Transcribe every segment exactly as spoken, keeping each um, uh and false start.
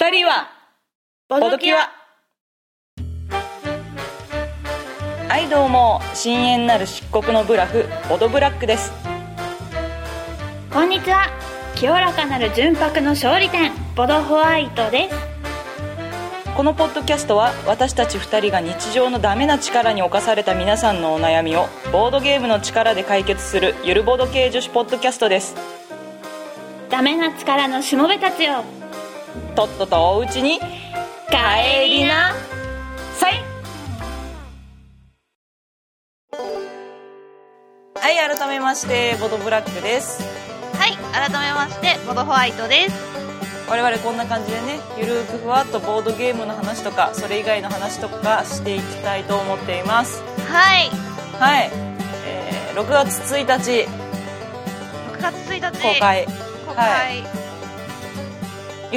二人はボドキワ。はいどうも、深淵なる漆黒のブラフボドブラックです。 こんにちは、清らかなる純白の勝利点ボドホワイトです。 このポッドキャストは私たちふたりが日常のダメな力に侵された皆さんのお悩みをボードゲームの力で解決するゆるボード系女子ポッドキャストです。 ダメな力のしもべたちよ、 とっととおうちに帰りなさい。はい、改めましてボドブラックです。 はい、改めましてボドホワイトです。 我々こんな感じでね、ゆるくふわっとボードゲームの話とかそれ以外の話とかしていきたいと思っています。 はいはい、えー、ろくがつついたちろくがつついたち公開公開、はい、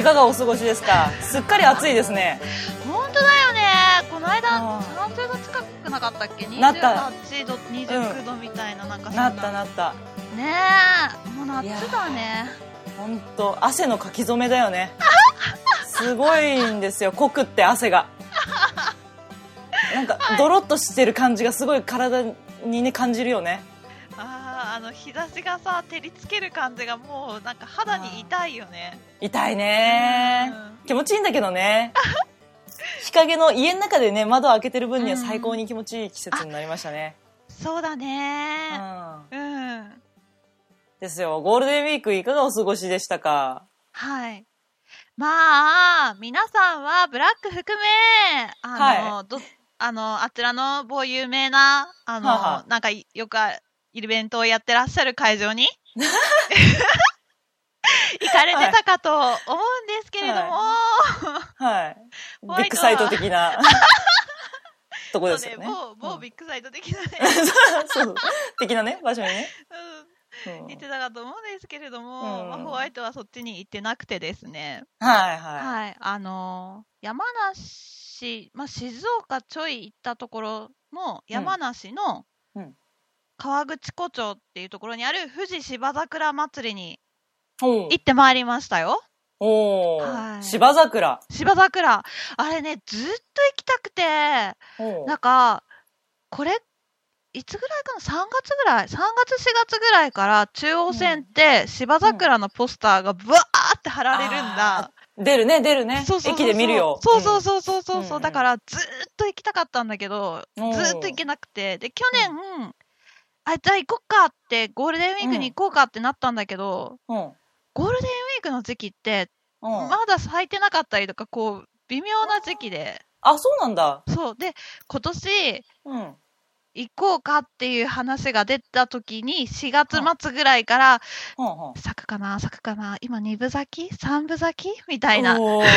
いかがお過ごしですか？すっかり暑いですね。 本当だよね。この間さんじゅうど近くなかったっけ？ なった、 にじゅうはちどにじゅうきゅうどみたいな、うん、なんかそんななったなったねえ、もう夏だね。 本当汗の書き初めだよね。すごいんですよ、濃くって汗がなんかドロッとしてる感じがすごい体にね感じるよね。 ああ、あの日差しがさ照りつける感じがもうなんか肌に痛いよね。 痛いね、うん、気持ちいいんだけどね日陰の家の中でね窓を開けてる分には最高に気持ちいい季節になりましたね、 うん、そうだね、 うん、 うん、ですよ。ゴールデンウィークいかがお過ごしでしたか？ はい、まあ皆さんはブラック含めあの、はい、どあのあちらの某有名なあのははなんかよくイベントをやってらっしゃる会場に行かれてたかと思うんですけれども、 はい、はい、ビッグサイト的なとこですよね。 某、某ビッグサイト的なね、 そうそう的なね場所にね、 うん、行ってたかと思うんですけれども、うんまあ、ホワイトはそっちに行ってなくてですね、 はいはい、 はい、あのー、山梨、まあ、静岡ちょい行ったところの山梨の川口湖町っていうところにある富士芝桜祭りに行ってまいりましたよ。 おー、はい、芝桜芝桜あれねずっと行きたくて、なんかこれいつぐらいかな、さんがつぐらい、さんがつしがつぐらいから中央線って芝桜のポスターがブワーって貼られるんだ、 うん、出るね出るね、そうそうそうそう、駅で見るよ。 そうそうそうそうそう、うん、だからずっと行きたかったんだけど、うん、ずっと行けなくて、で去年、うん、あじゃあ行こっかってゴールデンウィークに行こうかってなったんだけど、うん、ゴールデンウィークの時期って、うん、まだ咲いてなかったりとかこう微妙な時期で、 あそうなんだ。 そうで今年、うん行こうかっていう話が出た時にしがつ末ぐらいから、はあはあ、咲くかな咲くかな今にぶ咲きさんぶ咲きみたいな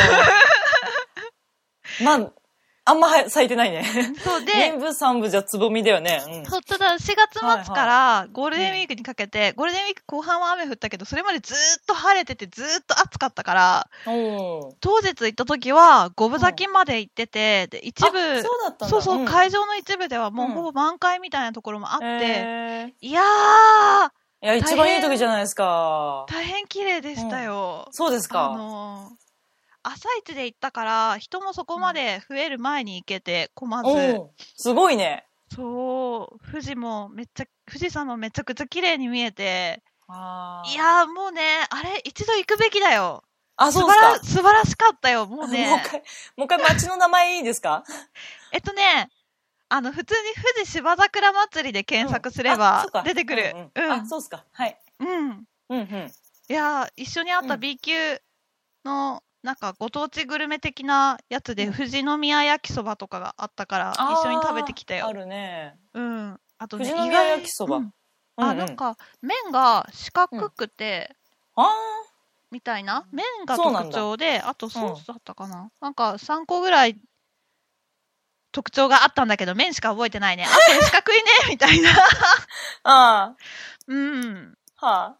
まああんま咲いてないね。 そうでにぶさんぶじゃつぼみだよね、うん、 そうただしがつ末からゴールデンウィークにかけて、はいはい、ゴールデンウィーク後半は雨降ったけどそれまでずっと晴れててずっと暑かったから、当日行った時はごぶ咲きまで行ってて、で一部そうだったんだ、 そうそう、 うん、 会場の一部ではもうほぼ満開みたいなところもあって、 えー、 いやーいや一番いい時じゃないですか。 大変綺麗でしたよ、 うん、そうですか。 あのー朝一で行ったから人もそこまで増える前に行けて混まず、 すごいね。 そう富士もめっちゃ富士山もめちゃくちゃ綺麗に見えて、あいやもうねあれ一度行くべきだよ。 あそうですか。 素晴らしかったよ。もうねもう一回もう一回町の名前いいですか？ えっとねあの普通に富士芝桜祭りで検索すれば出てくる、 うんうんうん、あそうですか、はい、 うん、うんうんいや一緒にあった B 級の、うんなんかご当地グルメ的なやつで、うん、富士宮焼きそばとかがあったから一緒に食べてきたよ。 あるね。 うん。あとね、 富士宮焼きそば、うんうんうん。あ、なんか麺が四角くて、うん、あみたいな麺が特徴で、あとソースだったかな、うん。なんかさんこぐらい特徴があったんだけど麺しか覚えてないね。あって四角いねみたいな。 ああ。 うん。 はあ。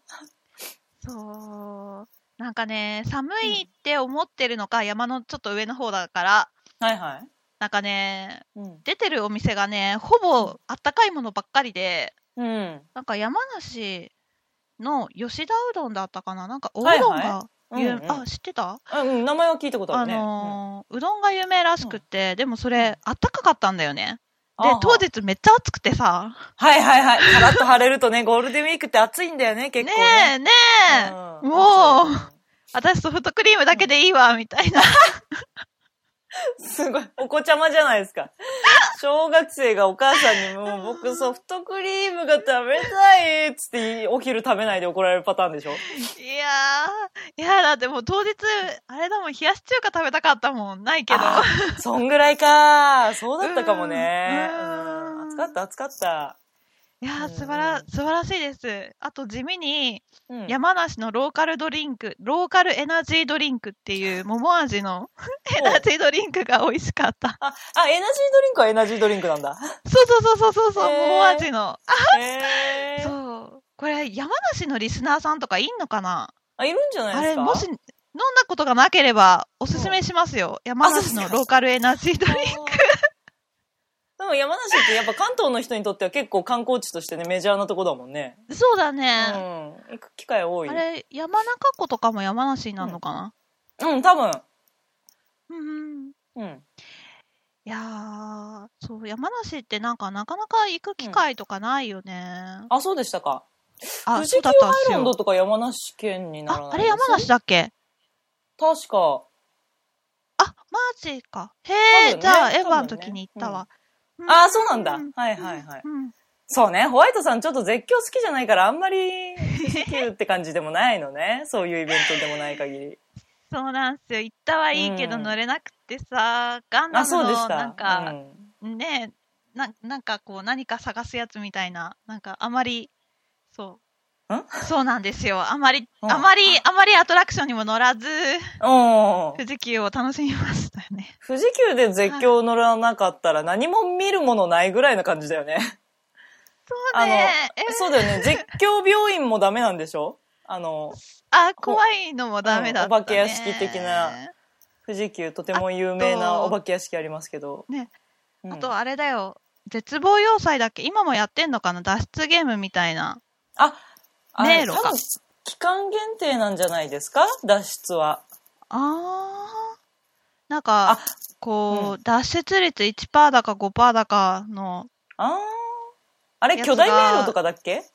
そう。なんかね寒いって思ってるのか、うん、山のちょっと上の方だからはいはいなんかね、うん、出てるお店がねほぼあったかいものばっかりで、うん、なんか山梨の吉田うどんだったかななんかおうどんがうんうん、あ、知ってた？ うん、名前は聞いたことあるね。 あのーうん、うどんが有名らしくて、うん、でもそれ、あったかかったんだよね。で、当日めっちゃ暑くてさ。 はいはいはい。カラッと晴れるとね、ゴールデンウィークって暑いんだよね、結構ね。 ねえ、ねえ。うん、もう、私ソフトクリームだけでいいわ、みたいな。 すごい、お子ちゃまじゃないですか。小学生がお母さんにもう僕ソフトクリームが食べたいっつってお昼食べないで怒られるパターンでしょ？いやー、いやだってもう当日、あれだもん、冷やし中華食べたかったもん、ないけど。 そんぐらいか。そうだったかもね。うん。うん、暑かった暑かった。 いやー、素晴ら、素晴らしいです。あと地味に、うん、山梨のローカルドリンク、ローカルエナジードリンクっていう桃味のエナジードリンクが美味しかった。 あ、あ、エナジードリンクはエナジードリンクなんだ。 そうそうそうそうそう、桃味の。へー。そう。これ、山梨のリスナーさんとかいんのかな？ あ、いるんじゃないですか？ あれ、もし、飲んだことがなければ、おすすめしますよ。うん、山梨のローカルエナジードリンク。 でも山梨ってやっぱ関東の人にとっては結構観光地としてね、メジャーなとこだもんね。 そうだね。 うん。行く機会多い。 あれ、山中湖とかも山梨になるのかな？ うん、うん、多分。 うん。 うん。 いやー、そう、山梨ってなんかなかなか行く機会とかないよね。 うん、あ、そうでしたか。 あ、 富士急ハイランドとか山梨県にならないです？ あ、あれ山梨だっけ？ 確か。 あ、マジか。へえ、ね、じゃあ、エヴァの時に行ったわ。 うん、ああ、そうなんだ。はいはいはい。うん、そうね、ホワイトさんちょっと絶叫好きじゃないから、あんまり富士急って感じでもないのね。そういうイベントでもない限り。 そうなんですよ。行ったはいいけど乗れなくてさ、うん、ガンダムのなんか、うん、ねな、なんかこう何か探すやつみたいな、なんかあまり、そう。そうなんですよ。あまり、あまり、あまりアトラクションにも乗らず、富士急を楽しみましたよね。 富士急で絶叫乗らなかったら何も見るものないぐらいな感じだよね。 そうね。 あの、そうだよね。絶叫病院もダメなんでしょ？あの、 あ、怖いのもダメだったね、 うん。お化け屋敷的な、富士急とても有名なお化け屋敷ありますけど。 ね。うん、あとあれだよ。絶望要塞だっけ？今もやってんのかな？脱出ゲームみたいな。 あ、 迷路か。 多分期間限定なんじゃないですか？脱出は。 あー。なんか、こう、うん、脱出率 いちパーセント だか ごパーセント だかの。 あー。あれ巨大迷路とかだっけ？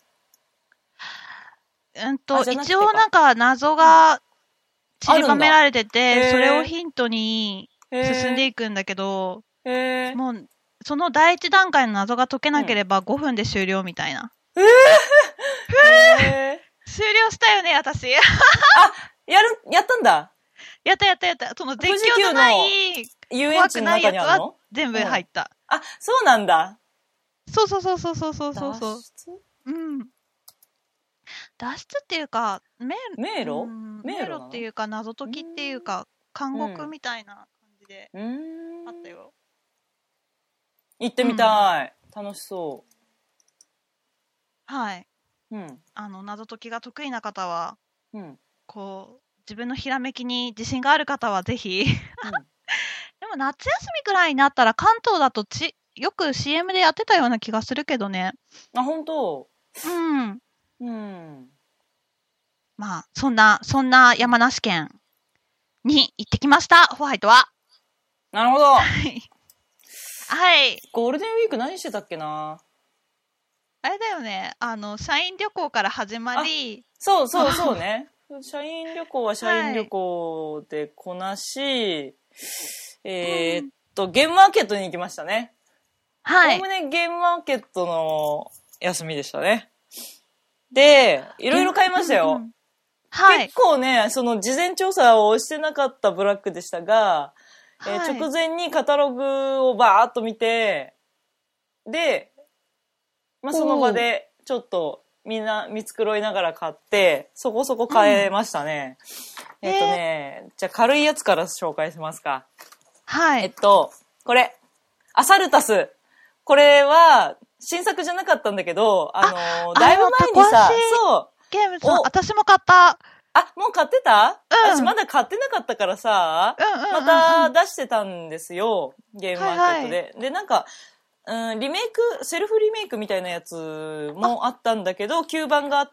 うんと、一応なんか謎が散りばめられてて、それをヒントに進んでいくんだけど、 へー。 もう、その第一段階の謎が解けなければごふんで終了みたいな。 えー、 えー、終了したよね、私。あ、 やる、やったんだ。 やったやったやった。その絶叫のない遊園地の中にあるの？ 全部入った、 うん。あ、そうなんだ。 そうそうそうそうそうそうそう。脱出？うん。脱出っていうか、迷迷路？ 迷路っていうか、謎解きっていうか、監獄みたいな感じで、うん、あったよ。 行ってみたい。うん、楽しそう。 はい。 うん。 あの、謎解きが得意な方は、 うん。 こう、自分のひらめきに自信がある方はぜひ。うん、でも夏休みくらいになったら関東だとち、よく シーエム でやってたような気がするけどね。 あ、本当？ うん。 うん。 まあ、そんな、そんな山梨県に行ってきました、ホワイトは。 なるほど。 はい。はい。 ゴールデンウィーク何してたっけな？ あれだよね。あの、社員旅行から始まり。 そうそうそうね。社員旅行は社員旅行でこなし、はい、えー、っと、うん、ゲームマーケットに行きましたね。 はい。 おおむねゲームマーケットの休みでしたね。で、いろいろ買いましたよ。うんうん、はい。結構ね、その事前調査をしてなかったブラックでしたが、はい、えー、直前にカタログをバーっと見て、で、まあ、その場でちょっとみんな見繕いながら買って、そこそこ買えましたね。うん、えっとね、えー、じゃあ軽いやつから紹介しますか。 はい。 えっと、これ、アサルタス。これは、新作じゃなかったんだけど、あのー、だいぶ前にさ、そう。 ゲームさん、私も買った。 あ、もう買ってた？ うん、 私まだ買ってなかったからさ、 うんうんうんうん、 また出してたんですよ。ゲームマーケットで。はいはい、で、なんか、うん、リメイク、セルフリメイクみたいなやつもあったんだけど、きゅうばんがあった、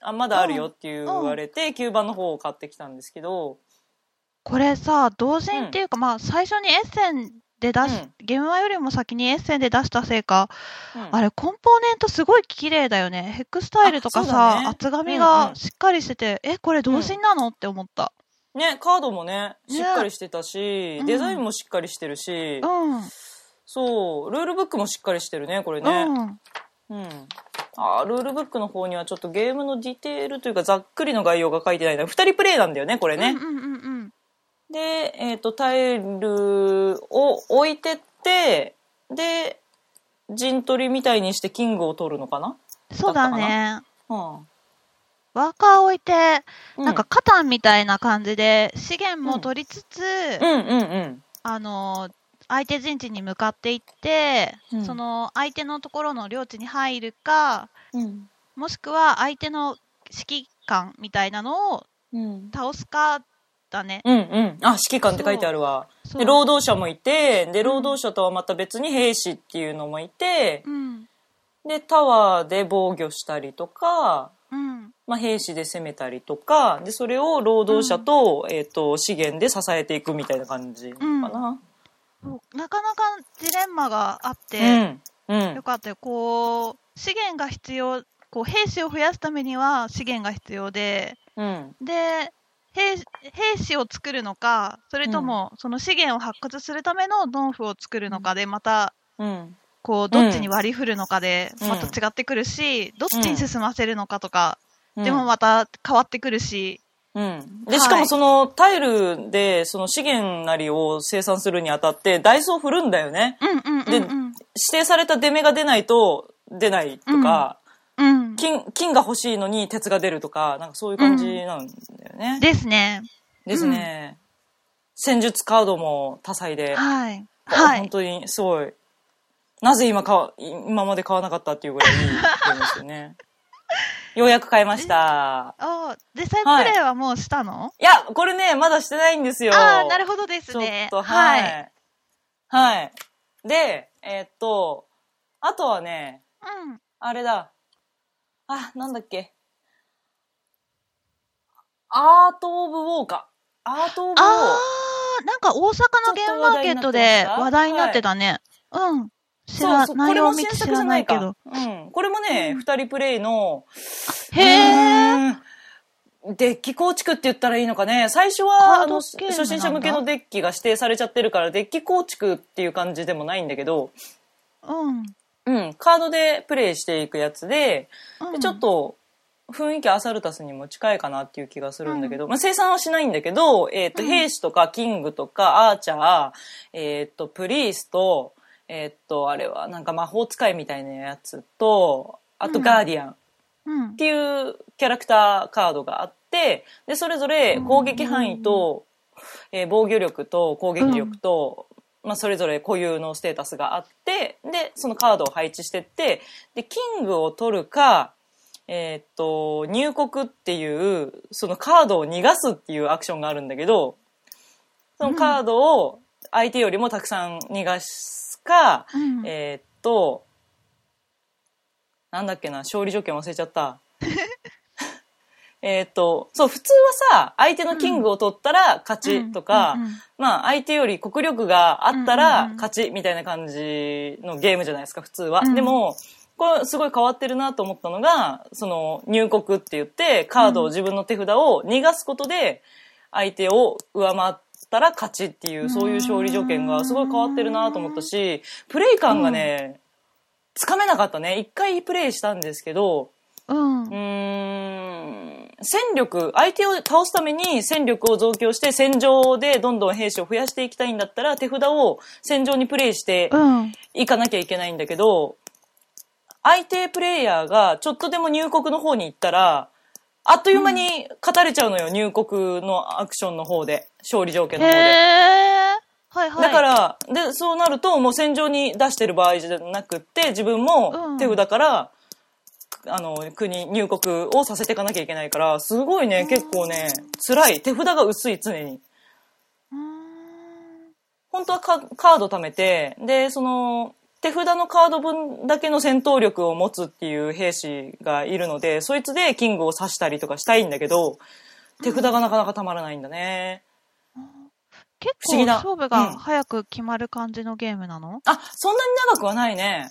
あまだあるよって言われて、うん、きゅうばんの方を買ってきたんですけど、 これさ同人っていうか、うん、まあ最初にエッセンで出し、うん、ゲームマよりも先にエッセンで出したせいか、うん、あれコンポーネントすごい綺麗だよね。ヘックスタイルとかさ、ね、厚紙がしっかりしてて、うんうん、えこれ同人なの、うん、って思った。 ね、カードもねしっかりしてたし、ね、デザインもしっかりしてるし、うん、そうルールブックもしっかりしてるねこれね。うん、うん、あルールブックの方にはちょっとゲームのディテールというかざっくりの概要が書いてないな。ふたりプレイなんだよねこれね。うんうんうんうん、で、えーと、タイルを置いてってで陣取りみたいにしてキングを取るのかな。 そうだね。だうん、ワーカー置いて、うん、なんかカタンみたいな感じで資源も取りつつ、うんうんうんうん、あの相手陣地に向かっていって、うん、その相手のところの領地に入るか、うん、もしくは相手の指揮官みたいなのを倒すかだね。 うんうん。あ、指揮官って書いてあるわ。で労働者もいて、で労働者とはまた別に兵士っていうのもいて、うん、でタワーで防御したりとか、うん、まあ、兵士で攻めたりとかでそれを労働者と、うん、えーと、資源で支えていくみたいな感じかな。 うん、なかなかジレンマがあって、うんうん、よかったよ。こう資源が必要、こう兵士を増やすためには資源が必要で、うん、で 兵, 兵士を作るのかそれともその資源を発掘するための農夫を作るのかでまた、うん、こうどっちに割り振るのかでまた違ってくるし、うん、どっちに進ませるのかとか、うん、でもまた変わってくるし、 うん、でしかもそのタイルでその資源なりを生産するにあたってダイスを振るんだよね、うんうんうんうん、で指定された出目が出ないと出ないとか、うんうん、金, 金が欲しいのに鉄が出るとかなんかそういう感じなんだよね、 うん、ですねですね、うん、戦術カードも多彩で、はいはい、本当にすごいなぜ 今, か今まで買わなかったっていうぐらいいいゲームですよねようやく買いました。 あ、実際プレイはもうしたの？ いや、これね、まだしてないんですよ。 ああ、なるほどですね。 ちょっと、はい。はい。はい、で、えー、っと、あとはね、うん、あれだ。あ、なんだっけ。アート・オブ・ウォーか。アート・オブ・ウォー。 あー、なんか大阪のゲームマーケットで話題になってたね。はい、うん。 そうそう、これも新作じゃないか。うん。これもね、二、うん、人プレイの、 へー。 デッキ構築って言ったらいいのかね。最初は、あの、初心者向けのデッキが指定されちゃってるから、デッキ構築っていう感じでもないんだけど、うん。うん。カードでプレイしていくやつで、うん、でちょっと、雰囲気アサルタスにも近いかなっていう気がするんだけど、うん、まあ、生産はしないんだけど、えっと、兵士とかキングとかアーチャー、えっと、プリースト、えー、っとあれはなんか魔法使いみたいなやつとあとガーディアンっていうキャラクターカードがあってでそれぞれ攻撃範囲と、えー、防御力と攻撃力と、うんまあ、それぞれ固有のステータスがあってでそのカードを配置してってでキングを取るか、えー、っと入国っていうそのカードを逃がすっていうアクションがあるんだけどそのカードを相手よりもたくさん逃がすか、うん、えー、っとなんだっけな勝利条件忘れちゃったえっとそう普通はさ相手のキングを取ったら勝ちとか、うんうんうんうん、まあ相手より国力があったら勝ちみたいな感じのゲームじゃないですか普通は、うん、でもこれすごい変わってるなと思ったのがその入国って言ってカードを自分の手札を逃がすことで相手を上回ってたら勝ちっていうそういう勝利条件がすごい変わってるなと思ったしプレイ感がね、うん、つかめなかったね。一回プレイしたんですけど、うん、うーん戦力相手を倒すために戦力を増強して戦場でどんどん兵士を増やしていきたいんだったら手札を戦場にプレイしていかなきゃいけないんだけど、相手プレイヤーがちょっとでも入国の方に行ったらあっという間に勝たれちゃうのよ、うん、入国のアクションの方で勝利条件の方で、はいはい、だからでそうなるともう戦場に出してる場合じゃなくって自分も手札から、うん、あの国入国をさせていかなきゃいけないからすごいね、うん、結構ね辛い。手札が薄い常に、うん、本当はカード貯めてでその手札のカード分だけの戦闘力を持つっていう兵士がいるので、そいつでキングを刺したりとかしたいんだけど、手札がなかなかたまらないんだね。 うん、結構勝負が早く決まる感じのゲームなの？うん、 あ、そんなに長くはないね。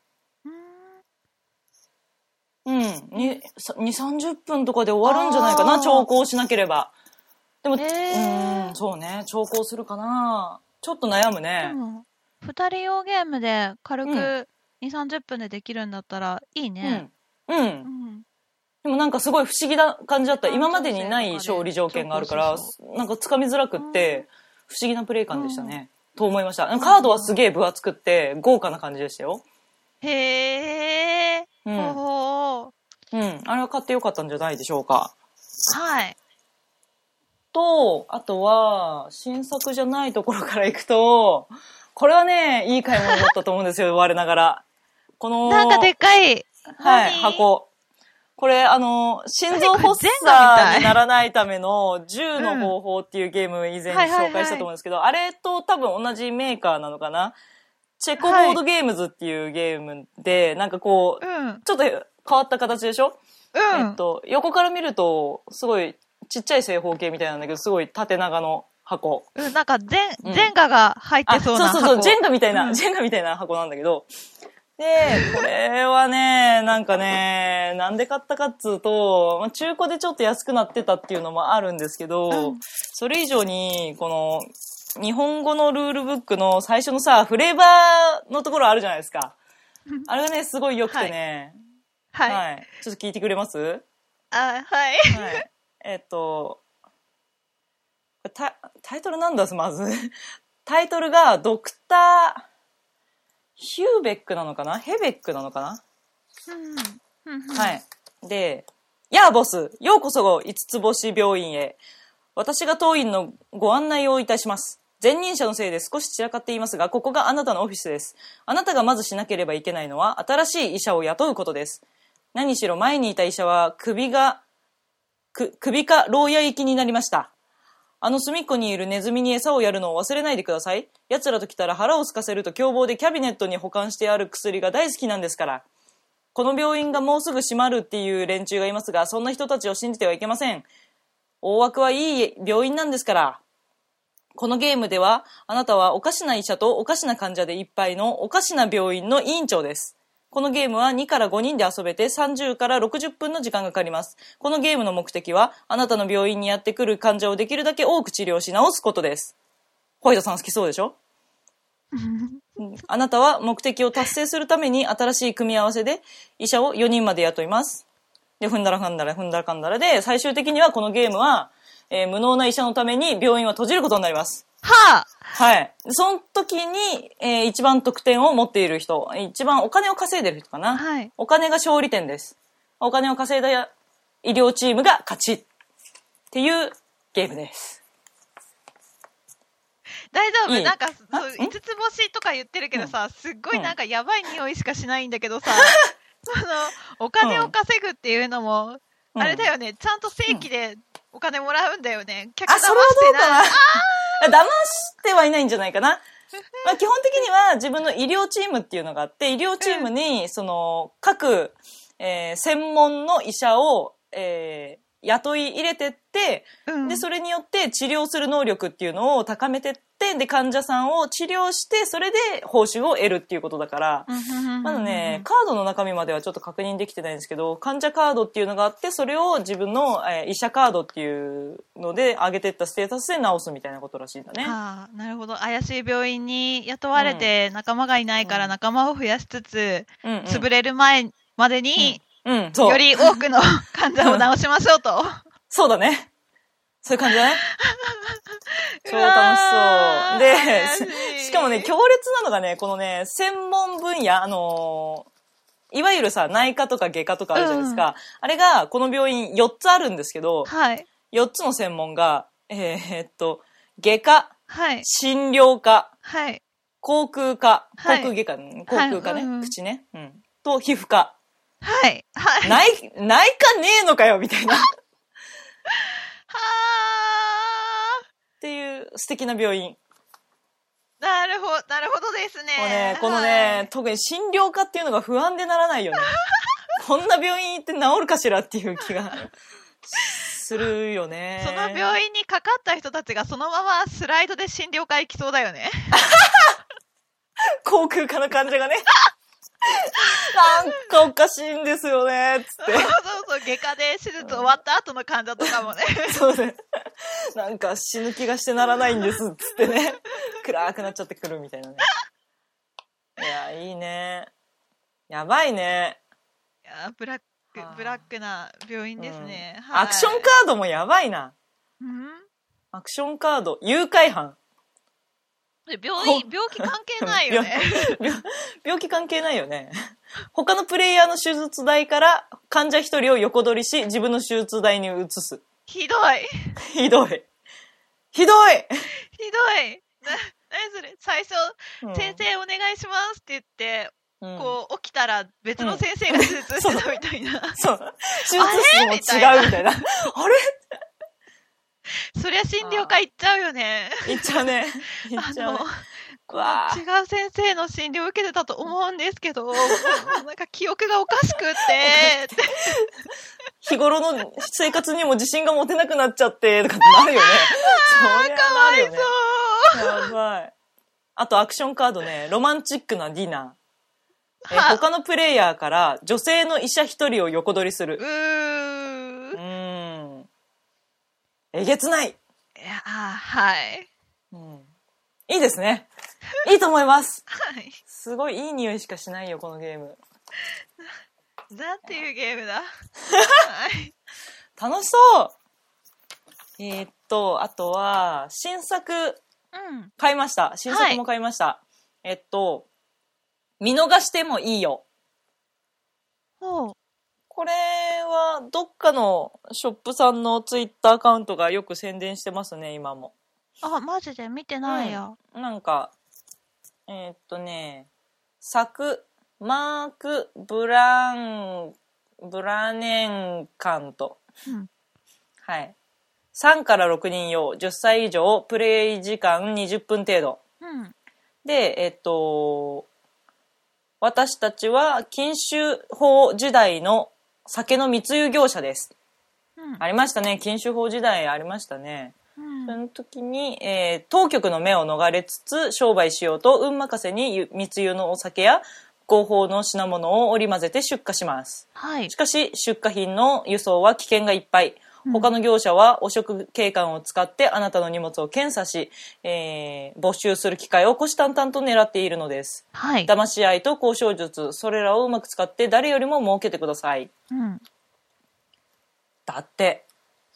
うん。に、に、さんじゅっぷんとかで終わるんじゃないかな、長考しなければ。でも、うん、そうね、長考するかな。ちょっと悩むね。うん、 ふたり用ゲームで軽くに、さんじゅっぷんでできるんだったらいいね。 うん。うん。うん、でもなんかすごい不思議な感じだった。今までにない勝利条件があるから、なんかつかみづらくって、不思議なプレイ感でしたね。うん、と思いました。カードはすげえ分厚くって、豪華な感じでしたよ。 へー。うん。ほう。うん。あれは買ってよかったんじゃないでしょうか。 はい。 と、あとは、新作じゃないところからいくと、これはね、いい買い物だったと思うんですよ、我ながら。この、 なんかでっかい。 はい、箱。これ、あの、心臓発作にならないための銃の方法っていうゲーム以前に紹介したと思うんですけど、あれと多分同じメーカーなのかな。チェコボードゲームズっていうゲームで、はい、なんかこう、うん、ちょっと変わった形でしょ？うん。えっと、横から見ると、すごい、ちっちゃい正方形みたいなんだけど、すごい縦長の箱。 うん、なんかジェン、うん、ジェンガが入ってそうな箱。 そうそうそう、ジェンガみたいな、うん、ジェンガみたいな箱なんだけど。で、これはね、なんかね、なんで買ったかっつうと、まあ、中古でちょっと安くなってたっていうのもあるんですけど、うん、それ以上に、この、日本語のルールブックの最初のさ、フレーバーのところあるじゃないですか。あれがね、すごい良くてね。はい。はい。はい、ちょっと聞いてくれます？ あ、はい。はい。 えっと、タ、タイトルなんだまず。タイトルがドクターヒューベックなのかな？ヘベックなのかな？うん、はい。で、やあボス、ようこそ五つ星病院へ。私が当院のご案内をいたします。前任者のせいで少し散らかっていますが、ここがあなたのオフィスです。あなたがまずしなければいけないのは、新しい医者を雇うことです。何しろ前にいた医者は首が、く、首か牢屋行きになりました。あの隅っこにいるネズミに餌をやるのを忘れないでください。奴らと来たら腹を空かせると凶暴でキャビネットに保管してある薬が大好きなんですから。この病院がもうすぐ閉まるっていう連中がいますが、そんな人たちを信じてはいけません。大枠はいい病院なんですから。このゲームでは、あなたはおかしな医者とおかしな患者でいっぱいのおかしな病院の委員長です。このゲームはにからごにんで遊べてさんじゅうからろくじゅっぷんの時間がかかります。このゲームの目的は、あなたの病院にやってくる患者をできるだけ多く治療し直すことです。ホワイトさん好きそうでしょ？あなたは目的を達成するために新しい組み合わせで医者をよにんまで雇います。で、踏んだらかんだら踏んだらかんだらで、最終的にはこのゲームは、えー、無能な医者のために病院は閉じることになります。 はあ、 はい。その時に、えー、一番得点を持っている人、一番お金を稼いでる人かな。はい。お金が勝利点です。お金を稼いだ医療チームが勝ちっていうゲームです。 大丈夫？いいなんか、そう、五つ星とか言ってるけどさ、すっごいなんかやばい匂いしかしないんだけどさ、その、お金を稼ぐっていうのも、うん、あれだよね、ちゃんと正規でお金もらうんだよね。客騙してない。あ、それはどうかな。 騙してはいないんじゃないかな。まあ、基本的には自分の医療チームっていうのがあって、医療チームに、その、各、えー、専門の医者を、えー、雇い入れてって、うん、で、それによって治療する能力っていうのを高めてって、で、患者さんを治療して、それで報酬を得るっていうことだから、まだね、カードの中身まではちょっと確認できてないんですけど、患者カードっていうのがあって、それを自分の、えー、医者カードっていうので上げてったステータスで直すみたいなことらしいんだね。 はあ、なるほど。怪しい病院に雇われて仲間がいないから仲間を増やしつつ、うん、潰れる前までに、うんうん、より多くの患者を治しましょうと。 そうだね。そういう感じだね。超楽しそう。で、しかもね、強烈なのがね、このね、専門分野、あのー、いわゆるさ、内科とか外科とかあるじゃないですか。うん、あれが、この病院よっつあるんですけど、はい、よっつの専門が、えー、っと、外科、はい、診療科、はい、口腔科、口腔外科、はい、口腔科ね、はい、口ね、うん、と皮膚科。 はい。はい。 内、内科ねえのかよ、みたいな。はー。 っていう素敵な病院。 なるほど、なるほどですね。 もうね、このね、はい、特に診療科っていうのが不安でならないよね。こんな病院行って治るかしらっていう気がするよね。 その病院にかかった人たちがそのままスライドで診療科行きそうだよね。 航空科の患者がね。なんかおかしいんですよね、つって。 そうそうそう、外科で手術終わった後の患者とかもね。 そうね。なんか死ぬ気がしてならないんです、つってね。暗くなっちゃってくるみたいなね。いや、いいね。やばいね。 いや、ブラック、ブラックな病院ですね。 うん、はい、アクションカードもやばいな。 うん、 アクションカード、誘拐犯。 病院、病気関係ないよね。 病, 病気関係ないよね。他のプレイヤーの手術台から患者一人を横取りし、自分の手術台に移す。 ひどい。 ひどい。ひどい。 ひどい。な、何それ。最初、うん、先生お願いしますって言って、うん、こう、起きたら別の先生が手術してたみたいな。うん、そう。そう手術室も違うみたいな。あれそりゃ診療科行っちゃうよね。 行っちゃうね。行っちゃうね。 あの、違う先生の診療を受けてたと思うんですけど、なんか記憶がおかしくって。 日頃の生活にも自信が持てなくなっちゃって、とかってなるよね。 そりゃかわいそう。やばい。あとアクションカードね、ロマンチックなディナー。え他のプレイヤーから女性の医者一人を横取りする。 うー。 うーん。えげつない。いや、はい。 うん、いいですね。いいと思います。 はい。 すごいいい匂いしかしないよ、このゲーム。 なんていうゲームだ。はい。 楽しそう。えー、っと、あとは、新作、 うん、 買いました。新作も買いました。はい、えっと、見逃してもいいよ。 ほう。 これはどっかのショップさんのツイッターアカウントがよく宣伝してますね、今も。 あ、マジで見てないや。 うん、なんか、えー、っとね、作、マーク・ブラン、ブラネンカント。 うん、 はい。さんからろくにん用、じゅっさい以上、プレイ時間にじゅっぷん程度。 うん、 で、えっと、私たちは禁酒法時代の酒の密輸業者です、うん、ありましたね。禁酒法時代ありましたね、うん、その時に、えー、当局の目を逃れつつ商売しようと運任せに密輸のお酒や合法の品物を織り交ぜて出荷します、 はい、 しかし出荷品の輸送は危険がいっぱい。他の業者は汚職警官を使ってあなたの荷物を検査し、えー、没収する機会を虎視眈々と狙っているのです、 はい、 騙し合いと交渉術、それらをうまく使って誰よりも儲けてください、 うん、 だって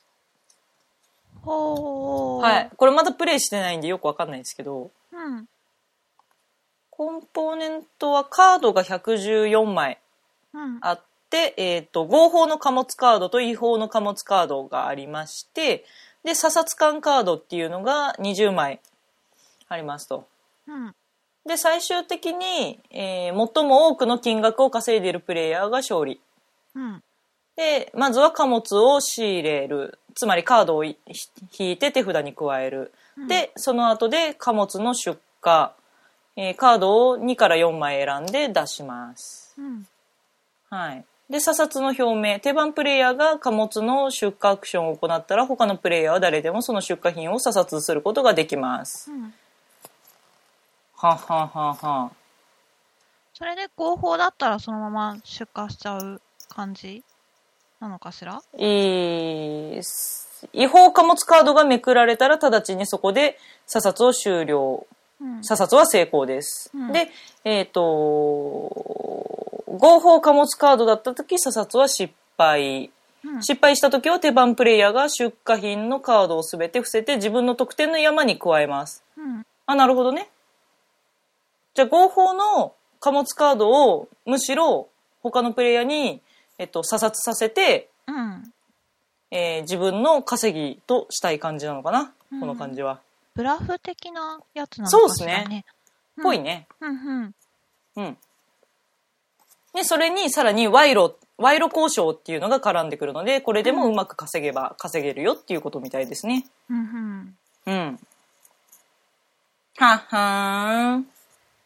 ほー、 はい、これまだプレイしてないんでよくわかんないんですけど、 うん、 コンポーネントはカードがひゃくじゅうよんまいあって、うん、えーと、合法の貨物カードと違法の貨物カードがありまして、で査察官カードっていうのがにじゅうまいありますと、 うん、 で最終的に、えー、最も多くの金額を稼いでいるプレイヤーが勝利、 うん、でまずは貨物を仕入れる、つまりカードを引いて手札に加える、うん、でその後で貨物の出荷、えー、カードをにからよんまい選んで出します、 うん、 はい。で査察の表明、手番プレイヤーが貨物の出荷アクションを行ったら他のプレイヤーは誰でもその出荷品を査察することができます、うん、はははは。 それで合法だったらそのまま出荷しちゃう感じなのかしら。 いい違法貨物カードがめくられたら直ちにそこで査察を終了、うん、査察は成功です、うん、でえっと合法貨物カードだった時査察は失敗、うん、失敗した時は手番プレイヤーが出荷品のカードを全て伏せて自分の得点の山に加えます、うん、あ、なるほどね。じゃあ合法の貨物カードをむしろ他のプレイヤーに、えっと、査察させて、 うんえー、自分の稼ぎとしたい感じなのかな、うん、この感じはブラフ的なやつなのかしらね。 そうですね、ぽいね、 うんうんうんでそれにさらに賄賂賄賂交渉っていうのが絡んでくるので、これでもうまく稼げば稼げるよっていうことみたいですね。 うんうん。 うん。 はっはーん。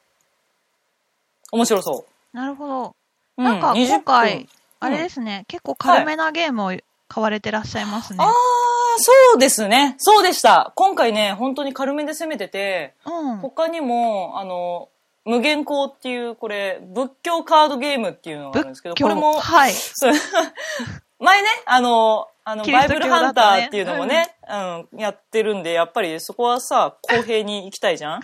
面白そう。 なるほど。なんか今回、うん、あれですね、うん、結構軽めなゲームを買われてらっしゃいますね。 はい、ああ、そうですね。そうでした。今回ね、本当に軽めで攻めてて、うん、他にも、あの、無限校っていう、これ、仏教カードゲームっていうのがあるんですけど、これも、 はい。 前ね、あの、あの、バイブルハンターっていうのもね、うん、うん、やってるんで、やっぱりそこはさ、公平に行きたいじゃん。 はい。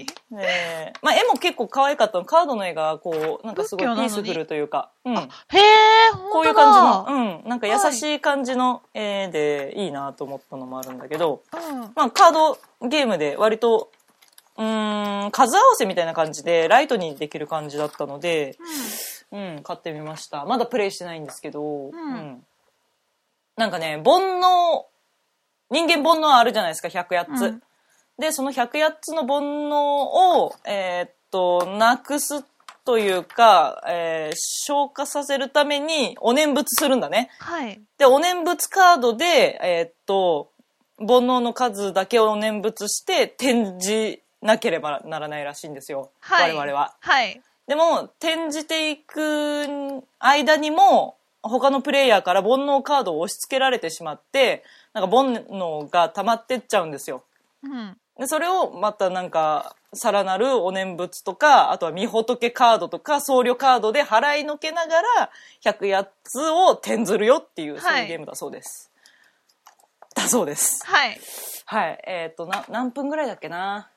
えー、まあ、絵も結構可愛かったの。カードの絵が、こう、なんかすごいピースフルというか、うん。へー、 こういう感じの、うん、なんか優しい感じの絵でいいなと思ったのもあるんだけど、うん、まあ、カードゲームで割と、うーん、数合わせみたいな感じで、ライトにできる感じだったので、うん、うん、買ってみました。まだプレイしてないんですけど、うん、うんなんかね、煩悩、人間煩悩あるじゃないですか、ひゃくはちつ。うん、で、そのひゃくはちつの煩悩を、えー、っと、なくすというか、えー、消化させるためにお念仏するんだね。 はい。 で、お念仏カードで、えー、っと、煩悩の数だけをお念仏して転じなければならないらしいんですよ。はい、我々は。 はい。 でも、転じていく間にも、他のプレイヤーから煩悩カードを押し付けられてしまってなんか煩悩が溜まってっちゃうんですよ、うん、でそれをまたなんかさらなるお念仏とかあとは御仏カードとか僧侶カードで払いのけながらひゃくはちつを転ずるよっていう、はい、そういうゲームだそうですだそうですはいはいえっ、ー、とな何分ぐらいだっけな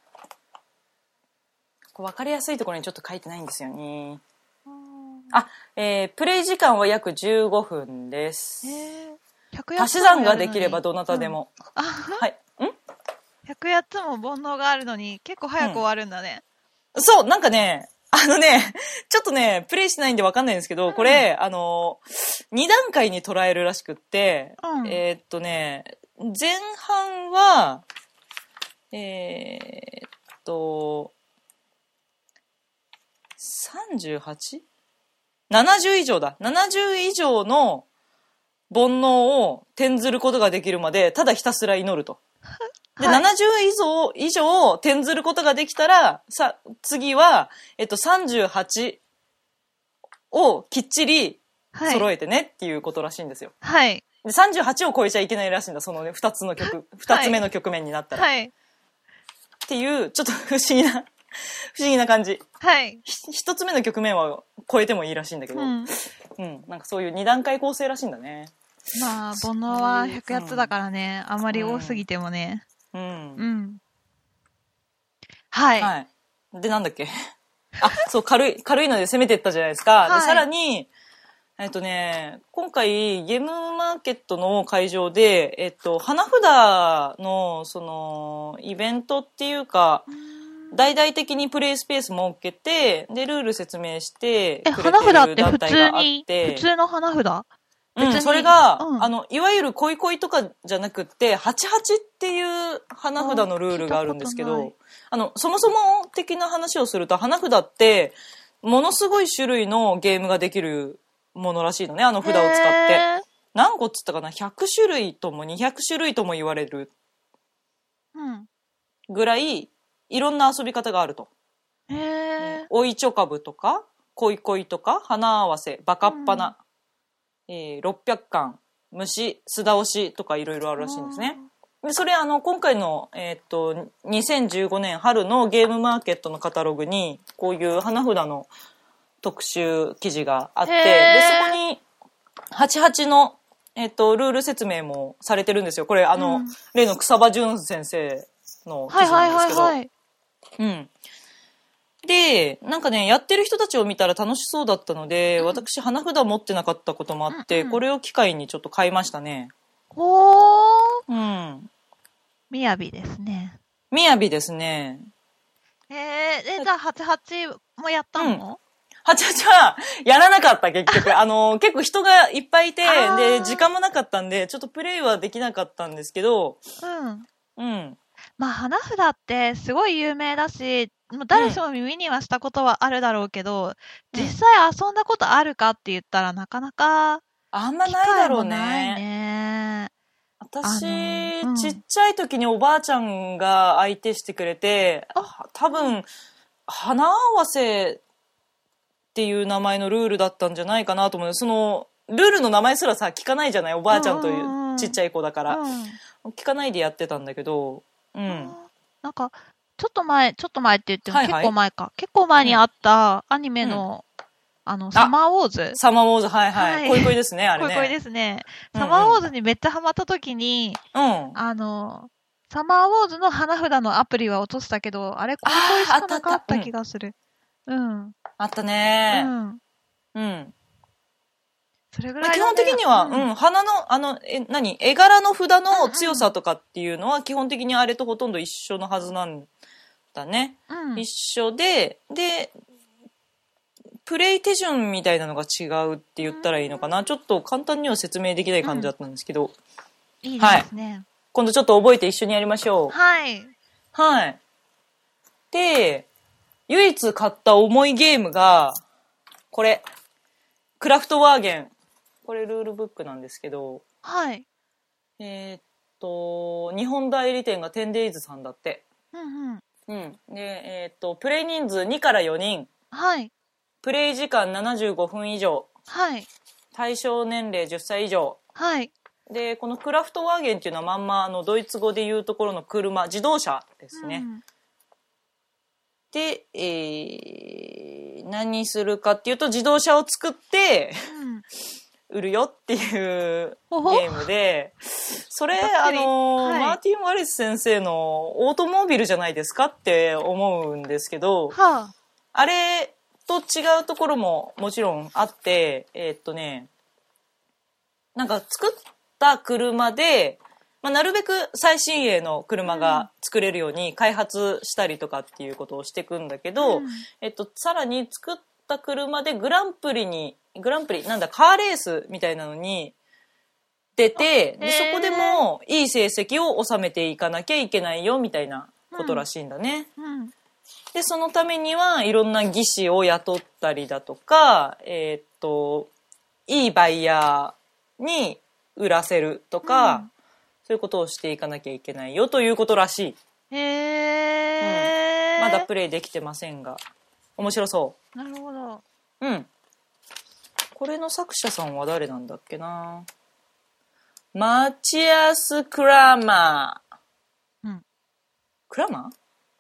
こう分かりやすいところにちょっと書いてないんですよねあ、えー、プレイ時間は約じゅうごふんです。足し算ができればどなたでも。うん、はい。ん ? ひゃくはち つも煩悩があるのに結構早く終わるんだね、 うん。そう、なんかね、あのね、ちょっとね、プレイしないんでわかんないんですけど、うん、これ、あの、に段階に捉えるらしくって、うん、えー、っとね、前半は、えー、っと、さんじゅうはち?ななじゅう以上だ。ななじゅう以上の煩悩を転ずることができるまで、ただひたすら祈ると。で、はい、ななじゅう以上、以上転ずることができたら、さ、次は、えっと、さんじゅうはちをきっちり揃えてねっていうことらしいんですよ。 はい。 で、さんじゅうはちを超えちゃいけないらしいんだ。そのね、二つの曲、二つ目の局面になったら。 はい。 っていう、ちょっと不思議な、不思議な感じ。 はい。 一つ目の局面は超えてもいいらしいんだけど、うん、うん、なんかそういう二段階構成らしいんだね。 まあ、煩悩はひゃくはちつだからね、うん、あまり多すぎてもね。 うん。うん。 はい。 はい。で、なんだっけあ、そう、軽い、軽いので攻めてったじゃないですか。はい、で、さらに、えっとね、今回、ゲームマーケットの会場で、えっと、花札の、その、イベントっていうか、大々的にプレイスペース設けて、で、ルール説明してくれてる団体があって。え、花札って普通に、 普通の花札うん、それが、うん、あの、いわゆる恋恋とかじゃなくって、はちはちっていう花札のルールがあるんですけど、あの、そもそも的な話をすると、花札って、ものすごい種類のゲームができるものらしいのね、あの札を使って。何個っつったかな ?ひゃく 種類ともにひゃく種類とも言われるぐらい、いろんな遊び方があると。 へー。 おいちょかぶとか、恋恋とか、花合わせ、バカッパナ、うんえー、ろっぴゃくかん、虫、すだおしとかいろいろあるらしいんですね。でそれあの今回の、えー、っとにせんじゅうごねん春のゲームマーケットのカタログにこういう花札の特集記事があってでそこにはちはちの、えー、っとルール説明もされてるんですよ。これあの、うん、例の草場淳先生の記事なんですけど、はいはいはいはい、うんでなんかねやってる人たちを見たら楽しそうだったので、うん、私花札持ってなかったこともあって、うんうん、これを機会にちょっと買いましたね。 おー、 うん。 みやびですね。 みやびですね。 えー、え、じゃあはちはちもやったの？うん、 はちはちはやらなかった結局。あの、結構人がいっぱいいて、で、時間もなかったんで、ちょっとプレイはできなかったんですけど、 うん。 うん。 まあ、花札ってすごい有名だし、もう誰しも耳にはしたことはあるだろうけど、うん、実際遊んだことあるかって言ったらなかなかあんまないだろうね。 ないね。 私、うん、ちっちゃい時におばあちゃんが相手してくれて、多分花合わせっていう名前のルールだったんじゃないかなと思う。そのルールの名前すらさ聞かないじゃない、おばあちゃんというちっちゃい子だから、うんうんうん、聞かないでやってたんだけど、うん、 なんかちょっと前ちょっと前って言っても結構前か、はいはい、結構前にあったアニメの、うん、あのサマーウォーズサマーウォーズはいはい、はい、恋恋ですねあれね恋恋ですね、サマーウォーズにめっちゃハマった時に、うん、あのサマーウォーズの花札のアプリは落としたけど、あれ恋恋しかなかった気がする。うん、うん、 あったねー、うんうん、 それぐらい、ね、 基本的には、うん、花のあのえ何絵柄の札の強さとかっていうのは基本的にあれとほとんど一緒のはずなんだね、うん、一緒ででプレイ手順みたいなのが違うって言ったらいいのかな、うん、ちょっと簡単には説明できない感じだったんですけど、 うん、いいですね、はい、 今度ちょっと覚えて一緒にやりましょう。 はいはいで唯一買った重いゲームがこれクラフトワーゲン、これルールブックなんですけど、 はいえー、っと日本代理店が テンデイズ さんだって、 うんうんうん、でえー、っとプレイ人数にからよにん、 はいプレイ時間ななじゅうごふん以上、 はい、 対象年齢じゅっさい以上、 はい、 でこのクラフトワーゲンっていうのはまんまあのドイツ語でいうところの車、自動車ですね、うん、で、えー、何するかっていうと自動車を作って、うん、売るよっていうゲームで、それあの、はい、マーティン・ワレス先生のオートモービルじゃないですかって思うんですけど、 はあ、 あれと違うところももちろんあって、えー、っとねなんか作った車で、まあ、なるべく最新鋭の車が作れるように開発したりとかっていうことをしていくんだけど、うん、えっと、さらに作った車でグランプリにグランプリなんだカーレースみたいなのに出て、でそこでもいい成績を収めていかなきゃいけないよみたいなことらしいんだね、 うんうん、 でそのためにはいろんな技師を雇ったりだとか、えー、っといいバイヤーに売らせるとか、うん、そういうことをしていかなきゃいけないよということらしい。へー、 うん、まだプレイできてませんが面白そう。 なるほど。 うん。これの作者さんは誰なんだっけな。マチアス・クラマー、 うん、 クラマ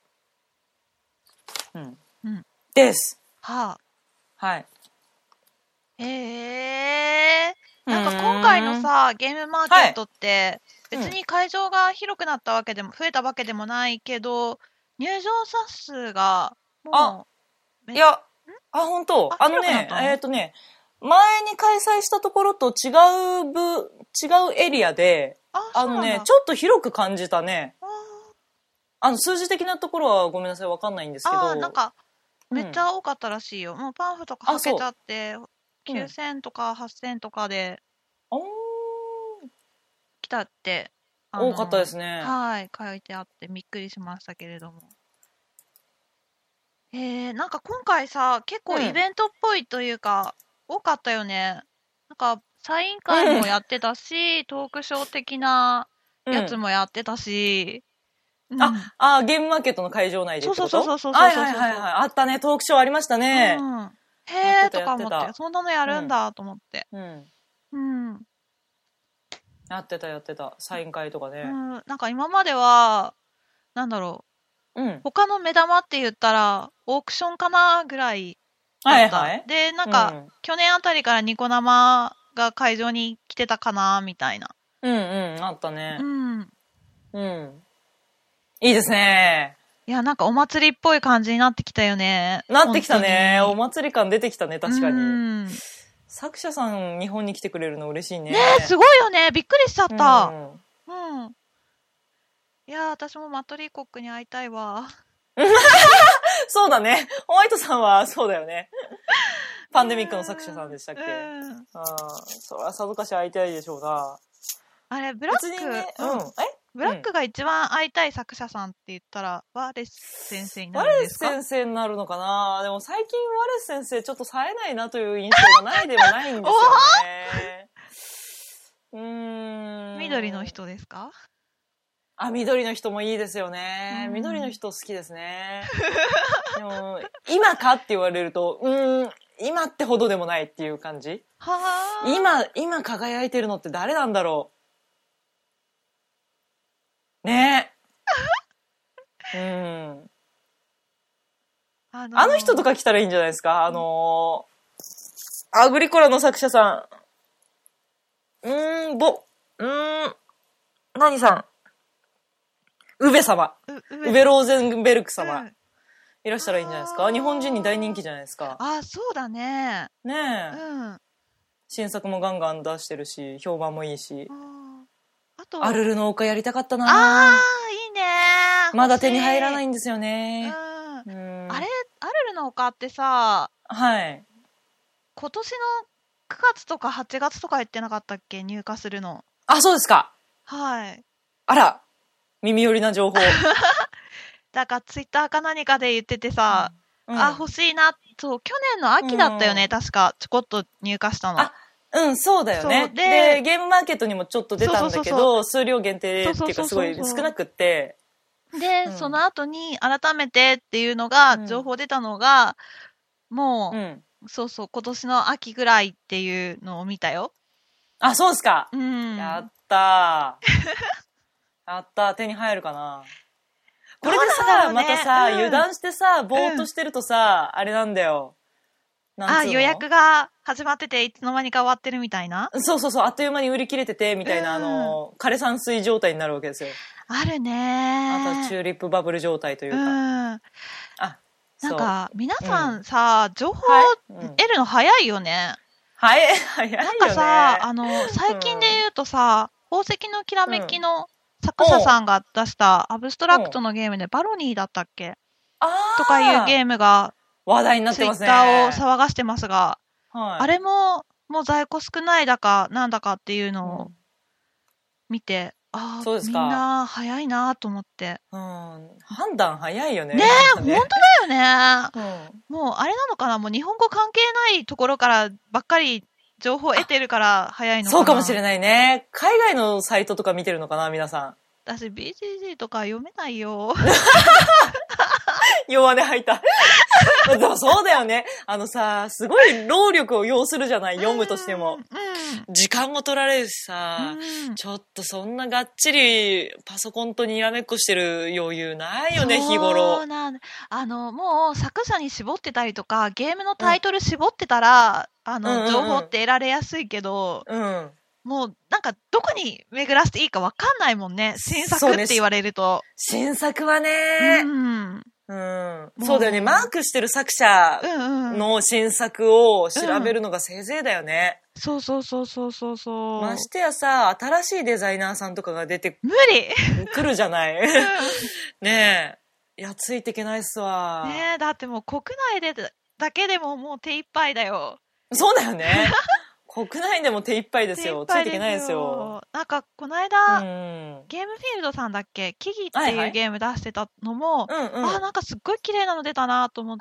ー、うんうん、 です。 はあ、はい。 へー、なんか今回のさゲームマーケットって、はい、別に会場が広くなったわけでも増えたわけでもないけど入場者数がもうあいやあ本当 あ, あのねえっ、ー、とね前に開催したところと違う部違うエリアで あ, あのねちょっと広く感じたね。ああの数字的なところはごめんなさいわかんないんですけど、 あなんかめっちゃ多かったらしいよ、うん、もうパンフとかはけちゃってきゅうせんとかはっせんとかで来たって、 あのー、多かったですね。 はい書いてあってびっくりしましたけれども、えー、なんか今回さ結構イベントっぽいというか、うん、多かったよね。なんかサイン会もやってたし、うん、トークショー的なやつもやってたし、 うん、ああゲームマーケットの会場内でってこと？ そうそうそうそうそうそうそう、 はいはいはいはい、あったね、トークショーありましたね、 うん、へーとか思って、そんなのやるんだと思って、 うんうん、 やってたやってたサイン会とかね、 うん、なんか今まではなんだろう、うん、他の目玉って言ったらオークションかなぐらいだった、はいはい、でなんか、うん、去年あたりからニコ生が会場に来てたかなみたいな、 うんうんあったね、 うんうんいいですね。 いやなんかお祭りっぽい感じになってきたよね。 なってきたね。お祭り感出てきたね確かに、うん、作者さん日本に来てくれるの嬉しいね。 ねえすごいよね、びっくりしちゃった、うん、うん、いや私もマトリーコックに会いたいわそうだね、ホワイトさんはそうだよねパンデミックの作者さんでしたっけ、うん、あそれはさぞかし会いたいでしょうな。 あれブラック、ねうん、えブラックが一番会いたい作者さんって言ったら、うん、ワレス先生になるんですか？ ワレス先生になるのかな。でも最近ワレス先生ちょっと冴えないなという印象がないでもないんですよねうーん。 緑の人ですか？ あ、緑の人もいいですよね。うん、緑の人好きですね。でも、今かって言われると、うーん、今ってほどでもないっていう感じ。 はー。今、今輝いてるのって誰なんだろう。ねえ。うん。あのー、あの人とか来たらいいんじゃないですか。あのー、アグリコラの作者さん。うーん、ぼ、うーん、何さん。ウベ様。ウベローゼンベルク様。うん、いらしたらいいんじゃないですか。日本人に大人気じゃないですか。 あ、そうだね。 ねえ。うん。新作もガンガン出してるし、評判もいいし。あと、アルルの丘やりたかったな。 あー、いいね。 まだ手に入らないんですよね。 うん。うん、あれ、アルルの丘ってさ、 はい。 今年のくがつとかはちがつとか言ってなかったっけ、入荷するの。 あ、そうですか。 はい。 あら。耳寄りな情報。 だからツイッターか何かで言っててさ、うん、あ、欲しいな。そう、去年の秋だったよね、うん、確か。ちょこっと入荷したの。 あ、うん、そうだよね。で、でゲームマーケットにもちょっと出たんだけど、そうそうそうそう、数量限定っていうかすごい少なくって。 で、うん、その後に改めてっていうのが、情報出たのが、うん、もう、うん、そうそう、今年の秋ぐらいっていうのを見たよ。 あ、そうですか。 うん。 やったー。やったー、手に入るかな。これでさ、ね、またさ、うん、油断してさ、ぼーっとしてるとさ、うん、あれなんだよ。 あ、予約が始まってて、いつの間にか終わってるみたいな。 そうそうそう、あっという間に売り切れてて、みたいな、うん、あの、枯山水状態になるわけですよ。 あるね。 あとチューリップバブル状態というか。うん、あ、 なんか、皆さんさ、うん、情報得るの早いよね。 はい、早いよね。 なんかさ、あの、最近で言うとさ、宝石のきらめきの作者さんが出したアブストラクトのゲームでバロニーだったっけとかいうゲームが話題になってますね。 ツイッターを騒がしてますが、はい、あれももう在庫少ないだかなんだかっていうのを見て、うん、ああ、みんな早いなと思って。 うん、判断早いよね。 ねえ、ね、本当だよね、うん。もうあれなのかな、もう日本語関係ないところからばっかり情報得てるから早いのかな。 そうかもしれないね。海外のサイトとか見てるのかな、皆さん。 私 ビージージー とか読めないよ。 弱音吐いた。でもそうだよね。あのさ、すごい労力を要するじゃない、読むとしても。うんうん、時間も取られるしさ、うん、ちょっとそんながっちりパソコンとにらめっこしてる余裕ないよね、日頃。 そうなんだ。あの、もう作者に絞ってたりとか、ゲームのタイトル絞ってたら、うん、あの、うんうんうん、情報って得られやすいけど、うん、もうなんかどこに巡らせていいかわかんないもんね。新作って言われると。 新作はね、うんうん、そうだよね。マークしてる作者の新作を調べるのがせいぜいだよね。 うん、そうそうそうそうそうそう。 ましてやさ、新しいデザイナーさんとかが出て無理来るじゃない。うん、ねえ。いや、ついていけないっすわ。 ねえ、だってもう国内でだけでももう手一杯だよ。 そうだよね。国内でも手一杯ですよ。ついていけないですよ。 なんか、この間、うん、ゲームフィールドさんだっけ、キギっていうゲーム出してたのも、はいはい、あ、なんかすっごい綺麗なの出たなと思って。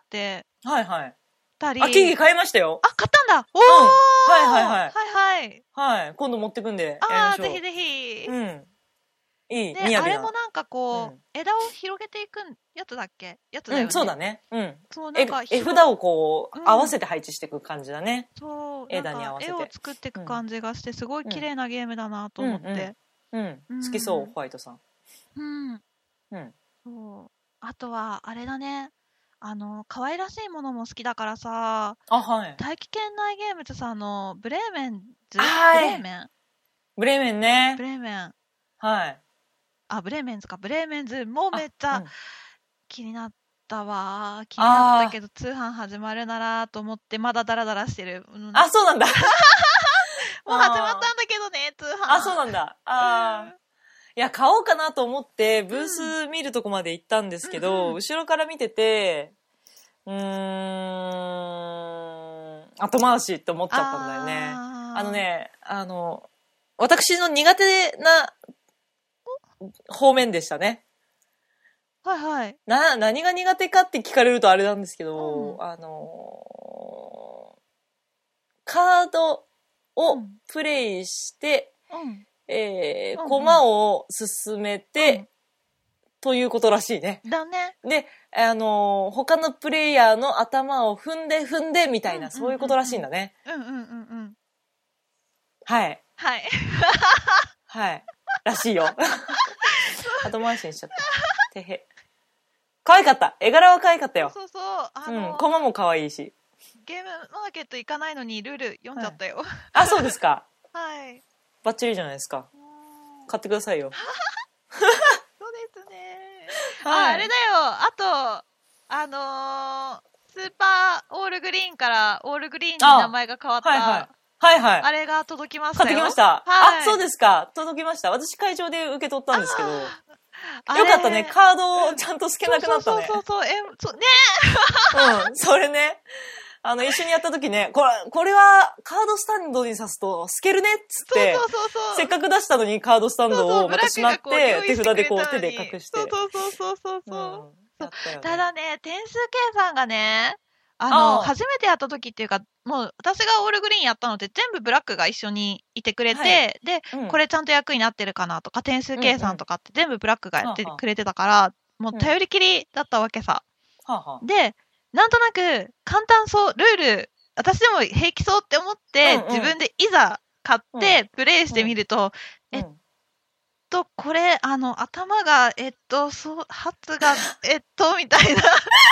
はいはい。たりあ、キギ買いましたよ。 あ、買ったんだ。おー、 うん、はいはいはい。 はいはい。 はい。今度持ってくんで。 あー、ぜひぜひ。 うん。いい、 で、あれもなんかこう、うん、枝を広げていくやつだっけやつだよね。 うん、そうだね。うん。 そう、なんか絵札をこう、うん、合わせて配置していく感じだね。 そう。 枝に合わせて。 絵を作っていく感じがして、すごい綺麗なゲームだなと思って。 うん。うんうん、好きそう、ホワイトさん。 うん。うん。そう。あとは、あれだね。あの、可愛らしいものも好きだからさ、 あ、はい。 大気圏内ゲームズさんのブレーメンズ、 はい、 ブレーメンブレーメンね。 ブレーメン。 はい。 あ、ブレーメンズか。ブレーメンズもめっちゃ気になったわ。気になったけど、通販始まるならと思って、まだダラダラしてる。 うん、あ、そうなんだ。 もう始まったんだけどね、通販。 あ、そうなんだ。あ、うん、いや、買おうかなと思って、ブース見るとこまで行ったんですけど、うんうん、後ろから見てて、うーん、後回しって思っちゃったんだよね。あ, あのね、あの、私の苦手な方面でしたね。 はいはい。 な、何が苦手かって聞かれるとあれなんですけど、うん、あの、カードをプレイして、 うんえーうんうん駒を進めて、 うんということらしいね。 だね。 で、あのー他のプレイヤーの頭を踏んで踏んでみたいな、 うんうんうんうんそういうことらしいんだね。 うんうんうんうんはい。 はいはい。らしいよ。後回しにしちゃった。てへ。可愛かった。絵柄は可愛かったよ。 そうそうそうあの、 うん。コマも可愛いし。 ゲームマーケット行かないのにルール読んじゃったよ。 あ、そうですか。 はい。 バッチリじゃないですか。買ってくださいよ。 そうですね。 はいあ、あれだよ。あと、あのースーパーオールグリーンからオールグリーンに名前が変わった、 はいはい。はいはい。 あれが届きましたよ。 買ってきました。 はい、 あ、そうですか。届きました。私会場で受け取ったんですけど。 あれよかったね。カードをちゃんと透けなくなったね。 そうそうそうそう。え、そう、ねうん。それね。あの、一緒にやった時ね、これ、これはカードスタンドに刺すと透けるねっつって、 そうそうそうそう。 せっかく出したのにカードスタンドをまたしまって、手札でこう手で隠して。 そうそうそうそうそう。うんそうね、 ただね、点数計算がね、あの、 あ初めてやった時っていうか、もう私がオールグリーンやったので全部ブラックが一緒にいてくれて、 はいで、 うん、 これちゃんと役になってるかなとか、点数計算とかって全部ブラックがやってくれてたから、もう頼りきりだったわけさ。 はあはあ、 で、なんとなく簡単そう、ルール、私でも平気そうって思って、うんうん、自分でいざ買ってプレイしてみると、うんうん、えっと、これ、あの、頭が、えっと、そう、ハツが、えっと、みたいな。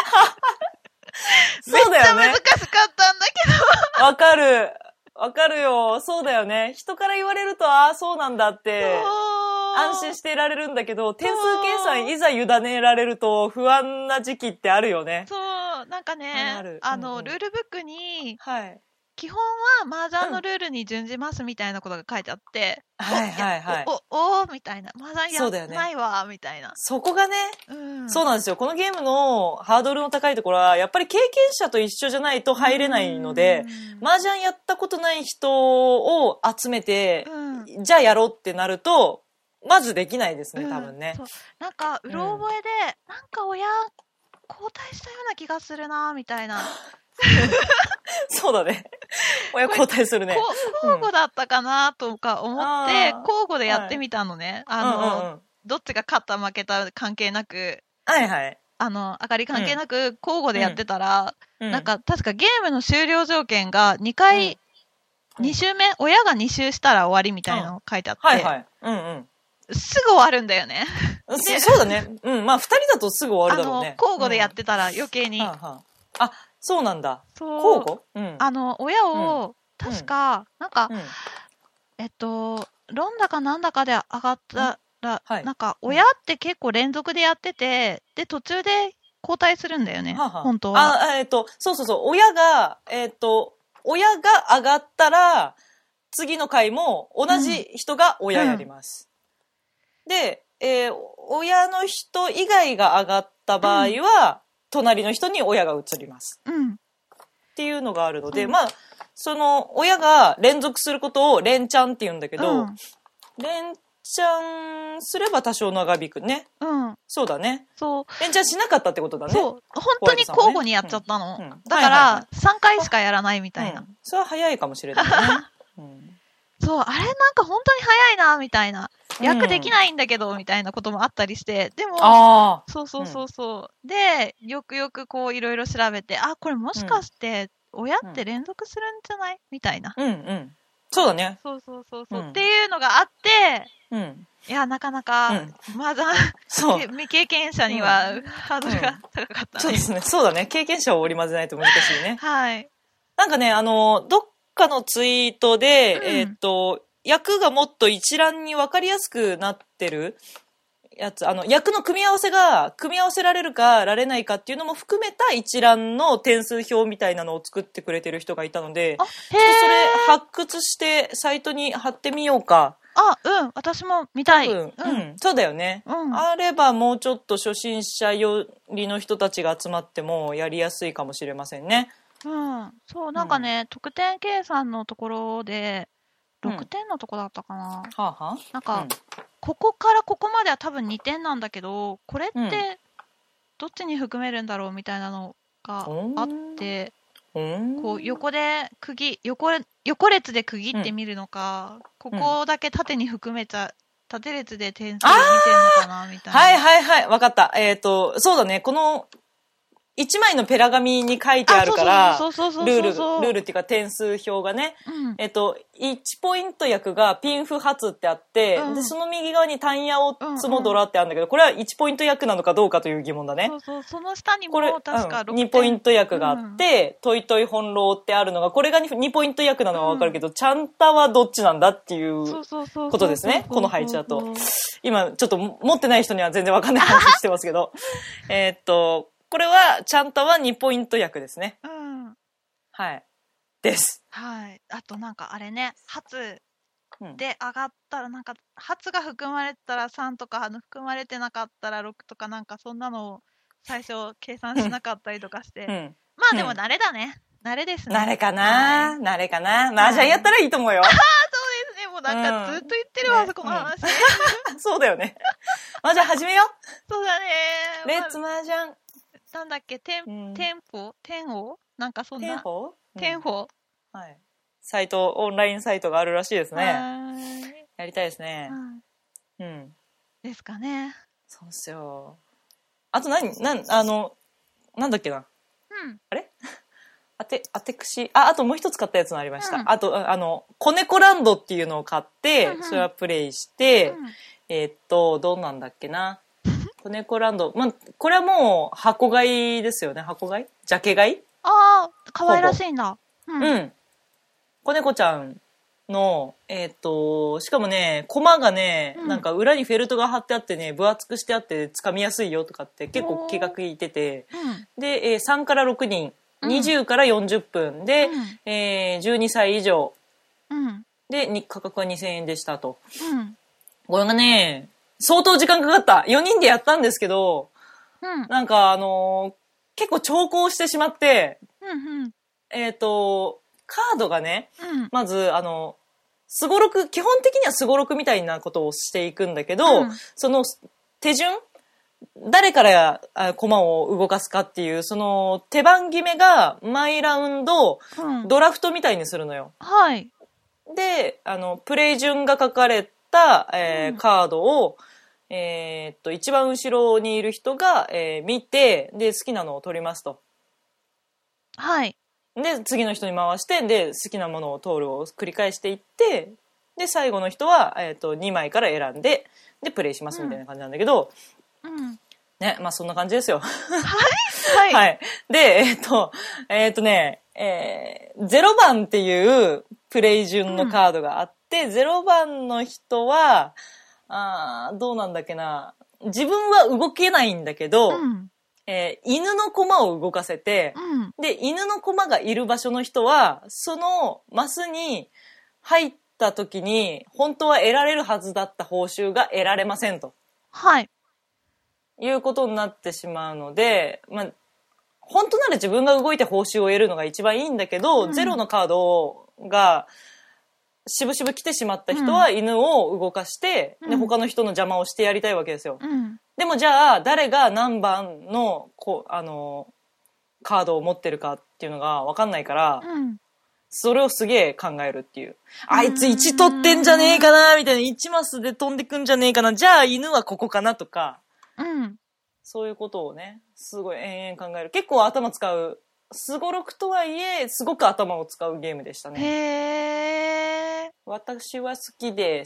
そうだよね。 めっちゃ難しかったんだけど。わかる。わかるよ。そうだよね。人から言われると、ああ、そうなんだって、安心していられるんだけど、点数計算いざ委ねられると不安な時期ってあるよね。 そう、なんかね、あ, あの、うんうん、ルールブックに、はい。基本は麻雀のルールに準じますみたいなことが書いてあって、うん、はいはいはい。お、お、おみたいな。麻雀やってないわ、ね、みたいな。 そこがね、うん、そうなんですよ。このゲームのハードルの高いところは、やっぱり経験者と一緒じゃないと入れないので、麻雀やったことない人を集めて、うん、じゃあやろうってなると、まずできないですね、うん、多分ね。 そうなんか、うろ覚えで、うん、なんか親、交代したような気がするな、みたいな。 そうだね。親交代するね。 交互だったかなとか思って、うん、交互でやってみたのね。はい、あの、うんうんうん、どっちが勝った負けた関係なく、 はいはい。 あの、明かり関係なく交互でやってたら、うん、なんか確かゲームの終了条件がにかい、うん、に周目、親がに周したら終わりみたいなの書いてあって、うん、はいはい。うんうん。すぐ終わるんだよね。 そ, そうだね。うん。まあ、二人だとすぐ終わるだろうね。 あの、交互でやってたら余計に。うんはあはあ、あ、そうなんだ。 そう交互、うん、 あの、親を、うん、確か、うん、なんか、うん、えっと、ロンだかなんだかで上がったら、はい、なんか、親って結構連続でやってて、で、途中で交代するんだよね。はあはあ、本当は。 あ、えっと、そうそうそう。親が、えっと、親が上がったら、次の回も同じ人が親やります。うんうん、で、えー、親の人以外が上がった場合は、うん、隣の人に親が移ります。うん。っていうのがあるので、うん、まあ、その、親が連続することを連チャンって言うんだけど、うん、連チャンすれば多少長引くね。うん。そうだね。そう。連チャンしなかったってことだね。 そう。本当に交互にやっちゃったの。うんうん、だから、さんかいしかやらないみたいな。うん、 それは早いかもしれないね。うんそう、あれなんか本当に早いな、みたいな。役できないんだけど、みたいなこともあったりして。でも、あそうそうそうそう、うん。で、よくよくこういろいろ調べて、あ、これもしかして、親って連続するんじゃない、みたいな。 うんうん。そうだね。 そうそうそうそう、うん。っていうのがあって、うん、いや、なかなか、うん、まだ、未経験者には、うん、ハードルが高かったね、 そうですね。そうだね。経験者を織り交ぜないと難しいね。 はい。 なんかね、あの、どっかのツイートで、うん、えっと、役がもっと一覧に分かりやすくなってるやつ、あの、役の組み合わせが、組み合わせられるか、られないかっていうのも含めた一覧の点数表みたいなのを作ってくれてる人がいたので、ちょっとそれ発掘してサイトに貼ってみようか。 あ、うん、私も見たい。うん、 うん、そうだよね、うん。あればもうちょっと初心者寄りの人たちが集まってもやりやすいかもしれませんね。 うん、そう、なんかね、うん、得点計算のところで、ろくてんのとこだったかな。うん、はあはあ、なんか、うん、ここからここまでは多分にてんなんだけど、これってどっちに含めるんだろうみたいなのがあって、うん、こう横で区切、横、横列で区切ってみるのか、うん、 ここだけ縦に含めちゃ、縦列で点数見てんのかなみたいな。 はいはいはい、わかった。えっと、そうだね、この、一枚のペラ紙に書いてあるから、ルール、ルールっていうか点数表がね、うん、えっと、いちポイント役がピンフ発ってあって、うん、で、その右側にタンヤオツモドラってあるんだけど、これはいちポイント役なのかどうかという疑問だね。 そうそう、その下にも確かろくてん、 うん、にポイント役があって、うん、トイトイ翻弄ってあるのが、これがにポイント役なのはわかるけど、うん、チャンタはどっちなんだっていうことですね、この配置だと。今、ちょっと持ってない人には全然わかんない話してますけど、えっと、これは、ちゃんとはにポイント役ですね。 うん。 はい。です。 はい。あとなんかあれね、発で上がったら、なんか、発が含まれてたらさんとか、あの含まれてなかったらろくとか、なんかそんなのを最初計算しなかったりとかして。うん、まあでも慣れだね。うん、慣れですね。 慣れかな、はい、慣れかな麻雀やったらいいと思うよ。 ああ、そうですね。もうなんかずっと言ってるわ、うん、そこの話。ねうん、そうだよね。麻雀始めよう。 そうだね。 レッツ麻雀。 なんだっけ、テン、うん、テンポテンオなんかそんな。 テンホテンホ、 うん、はい。サイト、オンラインサイトがあるらしいですね。やりたいですね。 うん。うん。ですかね。 そうっすよ。あと何、なん、あの、なんだっけな。 うん。 あれあて、あてくし、あ、あともう一つ買ったやつのありました。 うん、 あと、あの、コネコランドっていうのを買って、うんうん、それはプレイして、うん、えー、っと、どうなんだっけな。コネコランド。まあ、これはもう箱買いですよね。箱買いジャケ買いああ、可愛らしいんだ。 うん。うん。子猫ちゃんの、えっと、しかもね、コマがね、うん、なんか裏にフェルトが貼ってあってね、分厚くしてあって掴みやすいよとかって結構気が利いてて、うん、で、えー、さんからろくにん、うん、にじゅうからよんじゅっぷんで、うん、えー、じゅうにさい以上、うん、で、価格はにせんえんでしたと。うん、これがね、相当時間かかった。よにんでやったんですけど、うん、なんかあのー、結構長考してしまって、 うんうん、 えっと、カードがね、 うん、 まず、あの、すごろく、基本的にはすごろくみたいなことをしていくんだけど、うん、その手順、誰から駒を動かすかっていう、その手番決めが毎ラウンド、うん、ドラフトみたいにするのよ。 はい。 で、あの、プレイ順が書かれた、えーうん、カードを、えー、っと、一番後ろにいる人が、えー、見て、で、好きなのを取りますと。 はい。 で、次の人に回して、で、好きなものを通るを繰り返していって、で、最後の人は、えー、っと、にまいから選んで、で、プレイしますみたいな感じなんだけど、 うん。 ね、まあそんな感じですよ。 はい。 はい。で、えー、っと、えー、っとね、えー、ゼロばんっていうプレイ順のカードがあって、うん、ゼロばんの人は、あー、どうなんだっけな。自分は動けないんだけど、うん、えー、犬の駒を動かせて、 うん、 で、犬の駒がいる場所の人は、そのマスに入った時に、本当は得られるはずだった報酬が得られませんと。 はい。 いうことになってしまうので、まあ、本当なら自分が動いて報酬を得るのが一番いいんだけど、うん、ゼロのカードが、しぶしぶ来てしまった人は犬を動かして、うん、で他の人の邪魔をしてやりたいわけですよ。 うん、 でもじゃあ誰が何番のこあのカードを持ってるかっていうのが分かんないから、 うん、 それをすげえ考えるっていう。あいついち取ってんじゃねえかなみたいな、いちマスで飛んでくんじゃねえかな、じゃあ犬はここかなとか、 うん、 そういうことをねすごい延々考える。結構頭使う。すごろくとはいえすごく頭を使うゲームでしたね。 へー。 私は好きです。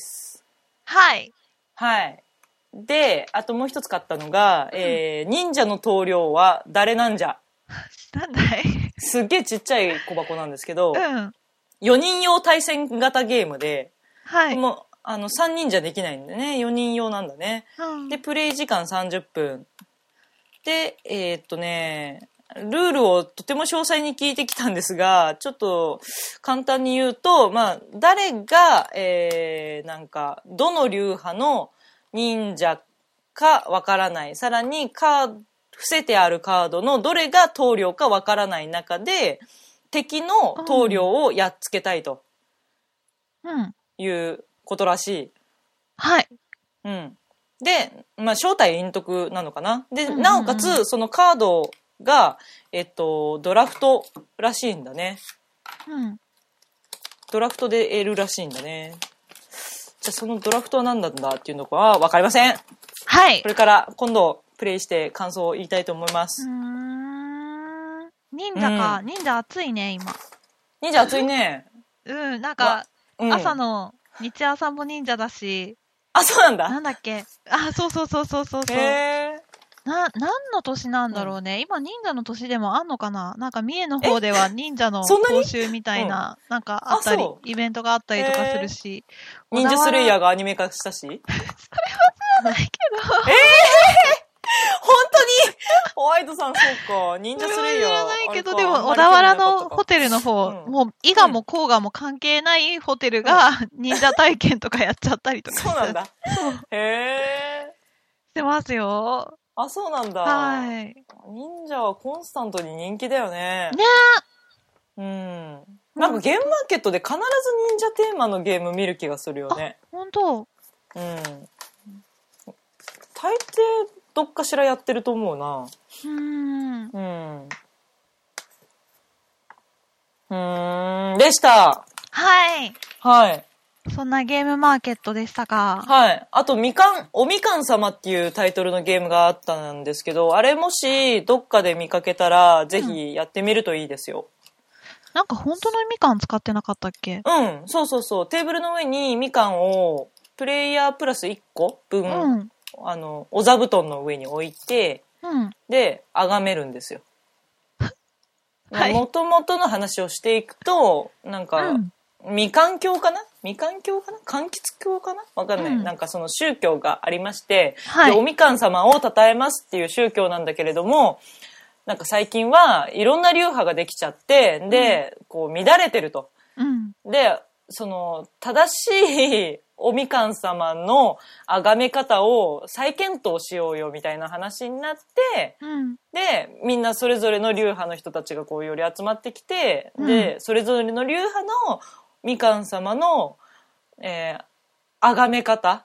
はい。 はい。で、あともう一つ買ったのが、うん、えー、忍者の棟梁は誰なんじゃ。 なんだいすっげえちっちゃい小箱なんですけど、 うん、 よにん用対戦型ゲームで、 はい。 もうあのさんにんじゃできないんでね、よにん用なんだね。 うん、 で、プレイ時間さんじゅっぷん。で、えー、っとね、ルールをとても詳細に聞いてきたんですが、ちょっと簡単に言うと、まあ、誰が、えー、なんか、どの流派の忍者かわからない。さらに、カード、伏せてあるカードのどれが棟梁かわからない中で、敵の棟梁をやっつけたいと。いうことらしい。うん、 はい。 うん。で、まあ、正体隠匿なのかな。で、なおかつ、そのカードが、えっと、ドラフトらしいんだね。 うん。 ドラフトで得るらしいんだね。 じゃあそのドラフトは何なんだっていうのは分かりません。 はい。 これから今度プレイして感想を言いたいと思います。 うーん。忍者か。うん、忍者暑いね、今。 忍者暑いね。 うん、なんか、うん、朝の日朝も忍者だし。 あ、そうなんだ。 なんだっけ。あ、そうそうそうそうそうそう。 へー。 な、何の年なんだろうね。うん、今忍者の年でもあんのかな。なんか三重の方では忍者の講習みたいな、うん、なんかあったり、イベントがあったりとかするし。 忍者スレイヤーがアニメ化したしそれは知らないけど。えー本当にホワイトさん、そうか。忍者スレイヤー。 知らないけど、でも、小田原のホテルの方、うん、もう、伊賀も甲賀も関係ないホテルが、忍者体験とかやっちゃったりとか。 そうなんだ。へー。 してますよ。 あ、そうなんだ。 はい。 忍者はコンスタントに人気だよね。 ねうん。なんかゲームマーケットで必ず忍者テーマのゲーム見る気がするよね。 ほんと？ うん。大抵どっかしらやってると思うな。 うーん。 うん。うーん。でした。 はい。 はい。 そんなゲームマーケットでしたか。 はい。あと、みかん、おみかん様っていうタイトルのゲームがあったんですけど、あれもしどっかで見かけたら、ぜひやってみるといいですよ。 うん、なんか本当のみかん使ってなかったっけ？ うん。そうそうそう。テーブルの上にみかんを、プレイヤープラスいっこ分、うん、あの、お座布団の上に置いて、 うん、 で、崇めるんですよ。 はい。 もともとの話をしていくと、なんか、うん、みかん教かなみかん教かな柑橘教かなわかんない、うん、なんかその宗教がありまして、はい、でおみかん様を称えますっていう宗教なんだけれども、なんか最近はいろんな流派ができちゃって、で、うん、こう乱れてると。 うん、 で、その正しいおみかん様の崇め方を再検討しようよみたいな話になって、 うん、 で、みんなそれぞれの流派の人たちがこうより集まってきて、うん、で、それぞれの流派のみかん様の、えー、崇め方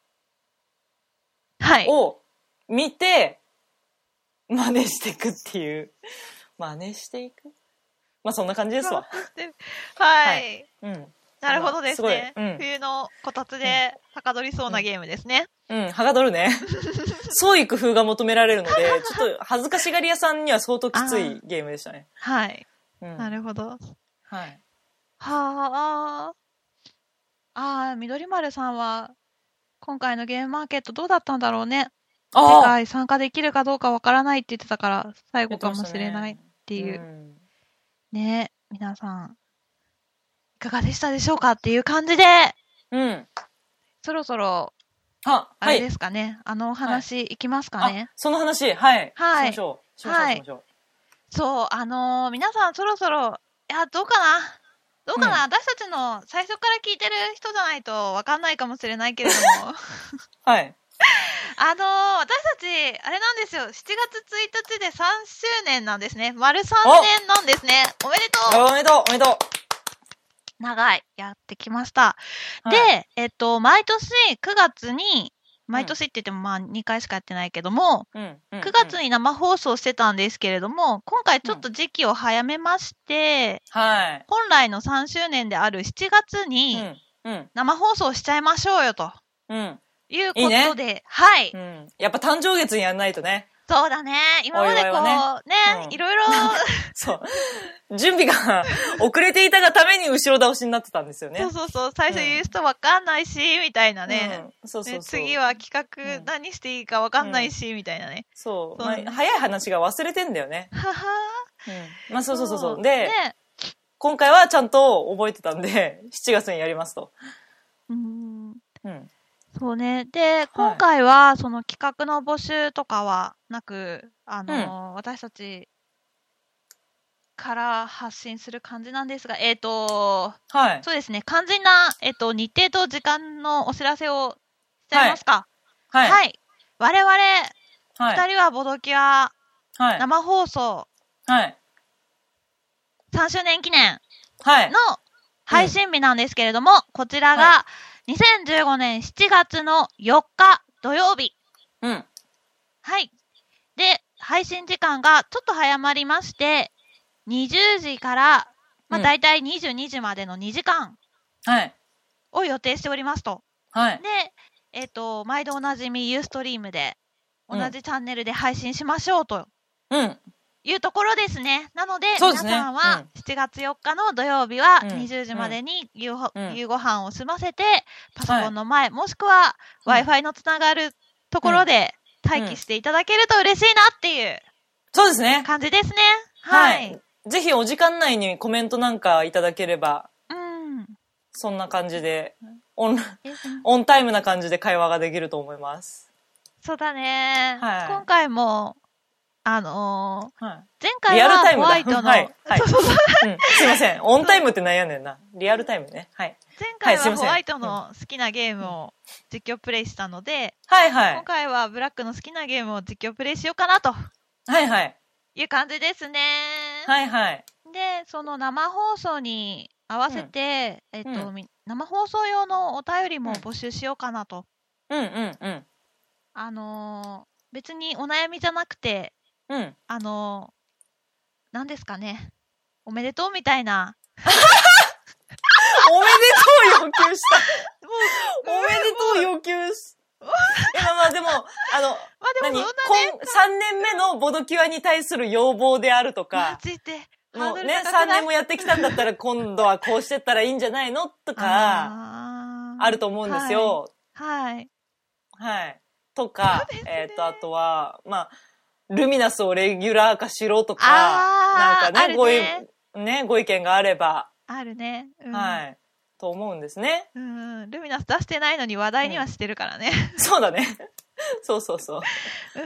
を見て、真似していくっていう。真似していくまあそんな感じですわ。 はい。はい、 うん。 なるほどですね。 すうん、 冬のこたつではかどりそうなゲームですね。 うん、うん、はかどるね。創意工夫が求められるので、ちょっと恥ずかしがり屋さんには相当きついゲームでしたね。 はい、 うん。 なるほど。 はい。 はあ。ああ、緑丸さんは、今回のゲームマーケットどうだったんだろうね。次回参加できるかどうかわからないって言ってたから、最後かもしれないっていう。ね, ね皆さん、いかがでしたでしょうかっていう感じで、 うん。 そろそろ、 あ、 あれですかね。はい、あのお話いきますかね。 その話、はい。 はい。 しましょう。しましょう、しましょう。 そう、あのー、皆さんそろそろ、いや、どうかなどうかな、うん、私たちの最初から聞いてる人じゃないとわかんないかもしれないけれども。 はい。 あのー、私たち、あれなんですよ。しちがつついたちでさんしゅうねんなんですね。丸さんねんなんですね。おめでとうおめでとうおめでとう長い。やってきました。はい、で、えっと、毎年くがつに、毎年って言ってもまあにかいしかやってないけども、 うんうんうん、 くがつに生放送してたんですけれども、今回ちょっと時期を早めまして、 うんはい、 本来のさんしゅうねんであるしちがつに生放送しちゃいましょうよと、 うん、 いうことで、いいね、はい、 うん。やっぱ誕生月にやんないとね。 そうだね。今までこう、ね、ねうん、いろいろ。 そう。準備が遅れていたがために後ろ倒しになってたんですよね。 そうそうそう。最初言う人わかんないし、うん、みたいなね。 うん、そうそうそう、 ね。次は企画何していいかわかんないし、うん、みたいなね。 そう。そうまあ、早い話が忘れてんだよね。 ははうん。まあそうそうそうそう。で、ね、今回はちゃんと覚えてたんで、しちがつにやりますと。 うん。 うん。 そうね。で、今回は、その企画の募集とかはなく、あのーうん、私たちから発信する感じなんですが、えっと、 はい。 そうですね。肝心な、えっと、日程と時間のお知らせをしちゃいますか。 はい。 はい。我々、二人はボドキア、 はい、 生放送、 はい。 さんしゅうねん記念はい。 の配信日なんですけれども、うん、こちらが、はいにせんじゅうごねんしちがつのよっか土曜日。 うん。 はい。で、配信時間がちょっと早まりまして、にじゅうじから、まあ、だいたいにじゅうにじまでのにじかん。 はい。 を予定しておりますと。 はい。 で、えっと、毎度おなじみユーストリームで、同じチャンネルで配信しましょうと。うん。いうところですね。なので、でね、皆さんはしちがつよっかの土曜日はにじゅうじまでに夕、うん、夕ご飯を済ませて、パソコンの前、はい、もしくは Wi-Fi のつながるところで待機していただけると嬉しいなっていう、そうですね。感じですね。はい。はい、 ぜひお時間内にコメントなんかいただければ、うん、そんな感じでオン、オンタイムな感じで会話ができると思います。 そうだね。はい、今回もあのーはい、前回はホワイトの、はいはいうん、すいません、オンタイムってなんやねんな。リアルタイムね。はい。 前回はホワイトの好きなゲームを実況プレイしたので、はいはい、今回はブラックの好きなゲームを実況プレイしようかなと。はいはい。いう感じですね。はいはい。で、その生放送に合わせて、うん、えっと、うん、生放送用のお便りも募集しようかなと。うんうんうん。あのー、別にお悩みじゃなくて、うん、あのー、何ですかね、おめでとうみたいなおめでとう要求したおめでとう要求しいやまあでもあの、まあ、でもそんなね、さんねんめのボドキュアに対する要望であるとか、マジでもうね、さんねんもやってきたんだったら今度はこうしてったらいいんじゃないのとかあると思うんですよ。はいはい、はい、とか、ね、えっとあとはまあルミナスをレギュラー化しろとか、なんかね、ねごい、ね、ご意見があれば。あるね。うん、はい。と思うんですね。 うん。ルミナス出してないのに話題にはしてるからね。 うん、そうだね。そうそうそう。うん。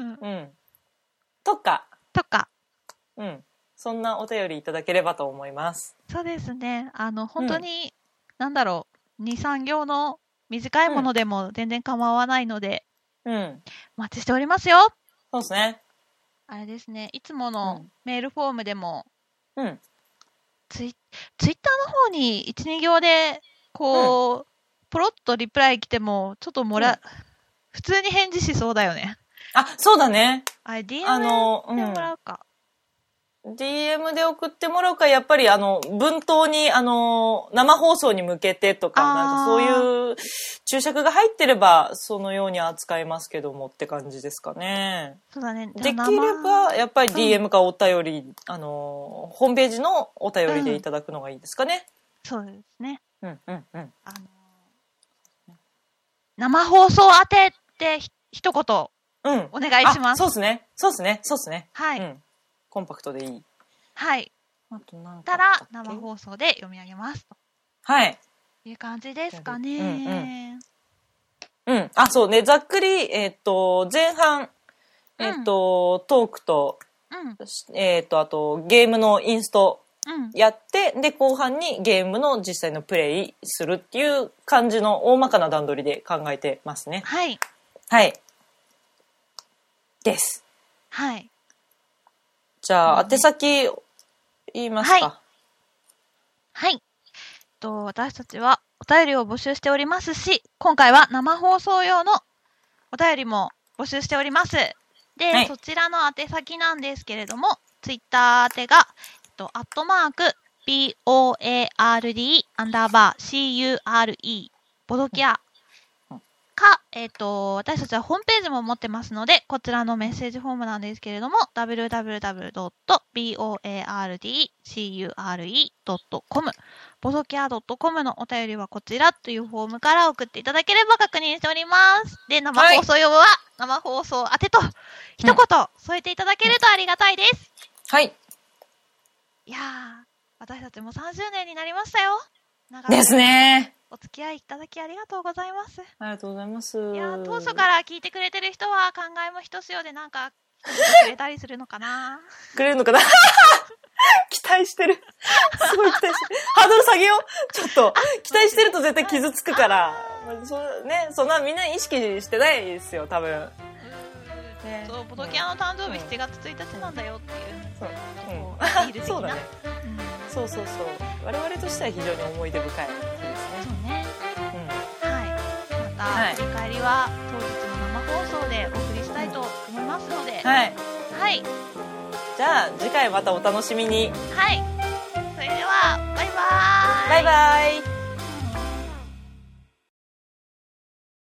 うん。とか。 とか。 うん。そんなお便りいただければと思います。 そうですね。あの、本当に、うん、なんだろう、に、さん行の短いものでも全然構わないので、うん。お待ちしておりますよ。 そうですね。 あれですね、いつものメールフォームでも、うん、ツイ、ツイッターの方にいち、に行で、こう、うん、ポロッとリプライ来ても、ちょっともら、うん、普通に返事しそうだよね。 あ、そうだね。 あれ、ディーエム でもらうか。 ディーエム で送ってもらうか、やっぱりあの文頭にあの生放送に向けてとか、なんかそういう注釈が入ってればそのように扱いますけどもって感じですかね。そうだね。できればやっぱり ディーエム かお便り、うん、あのホームページのお便りでいただくのがいいですかね。 うん、そうですね。うんうんうん。あの生放送当てって一言、うん、お願いします。 そうですね。そうですね。そうですね。はい。うん、コンパクトでいい。 はい。あとなんかたら生放送で読み上げますと。はい。いう感じですかね。 うん、うん。うん。あ、そうね。ざっくり、えっと、前半、えっと、うん、トークと、うん、えっと、あと、ゲームのインストやって、うん、で、後半にゲームの実際のプレイするっていう感じの大まかな段取りで考えてますね。はい。はい。です。はい。じゃあ、宛先言いますか。はい。 はい。と、私たちはお便りを募集しておりますし、今回は生放送用のお便りも募集しております。で、はい、そちらの宛先なんですけれども、ツイッター宛てが、えっと、アットマーク、ボールド、アンダーバー、カル、ボドキャか、えっと、私たちはホームページも持ってますので、こちらのメッセージフォームなんですけれども、ダブリューダブリューダブリュードットボールド、カル、ドットコム、ボドキャー ドットコム のお便りはこちらというフォームから送っていただければ確認しております。で、生放送用は、生放送宛てと、一言添えていただけるとありがたいです。はい。いやー、私たちもさんじゅうねんになりましたよ。 ですね。 お付き合いいただきありがとうございます。 ありがとうございます。 いや、当初から聞いてくれてる人は考えもひとしおでなんかくれたりするのかなくれるのかな期待してる。すごい期待してる。ハードル下げよう。ちょっと期待してると絶対傷つくから。そね、そんなみんな意識してないですよ、多分。 ね、そう、ボドキャの誕生日しちがつついたちなんだよっていう。そう。 うん、アピール的な。そうだね。うん、そうそうそう。我々としては非常に思い出深い日ですね。そうね。 うん。はい。また、はい、振り返りは当日の生放送でお送りしたいと思いますので。はい。はい。 じゃあ次回またお楽しみに。 はい。それではバイバーイ。 バイバイ。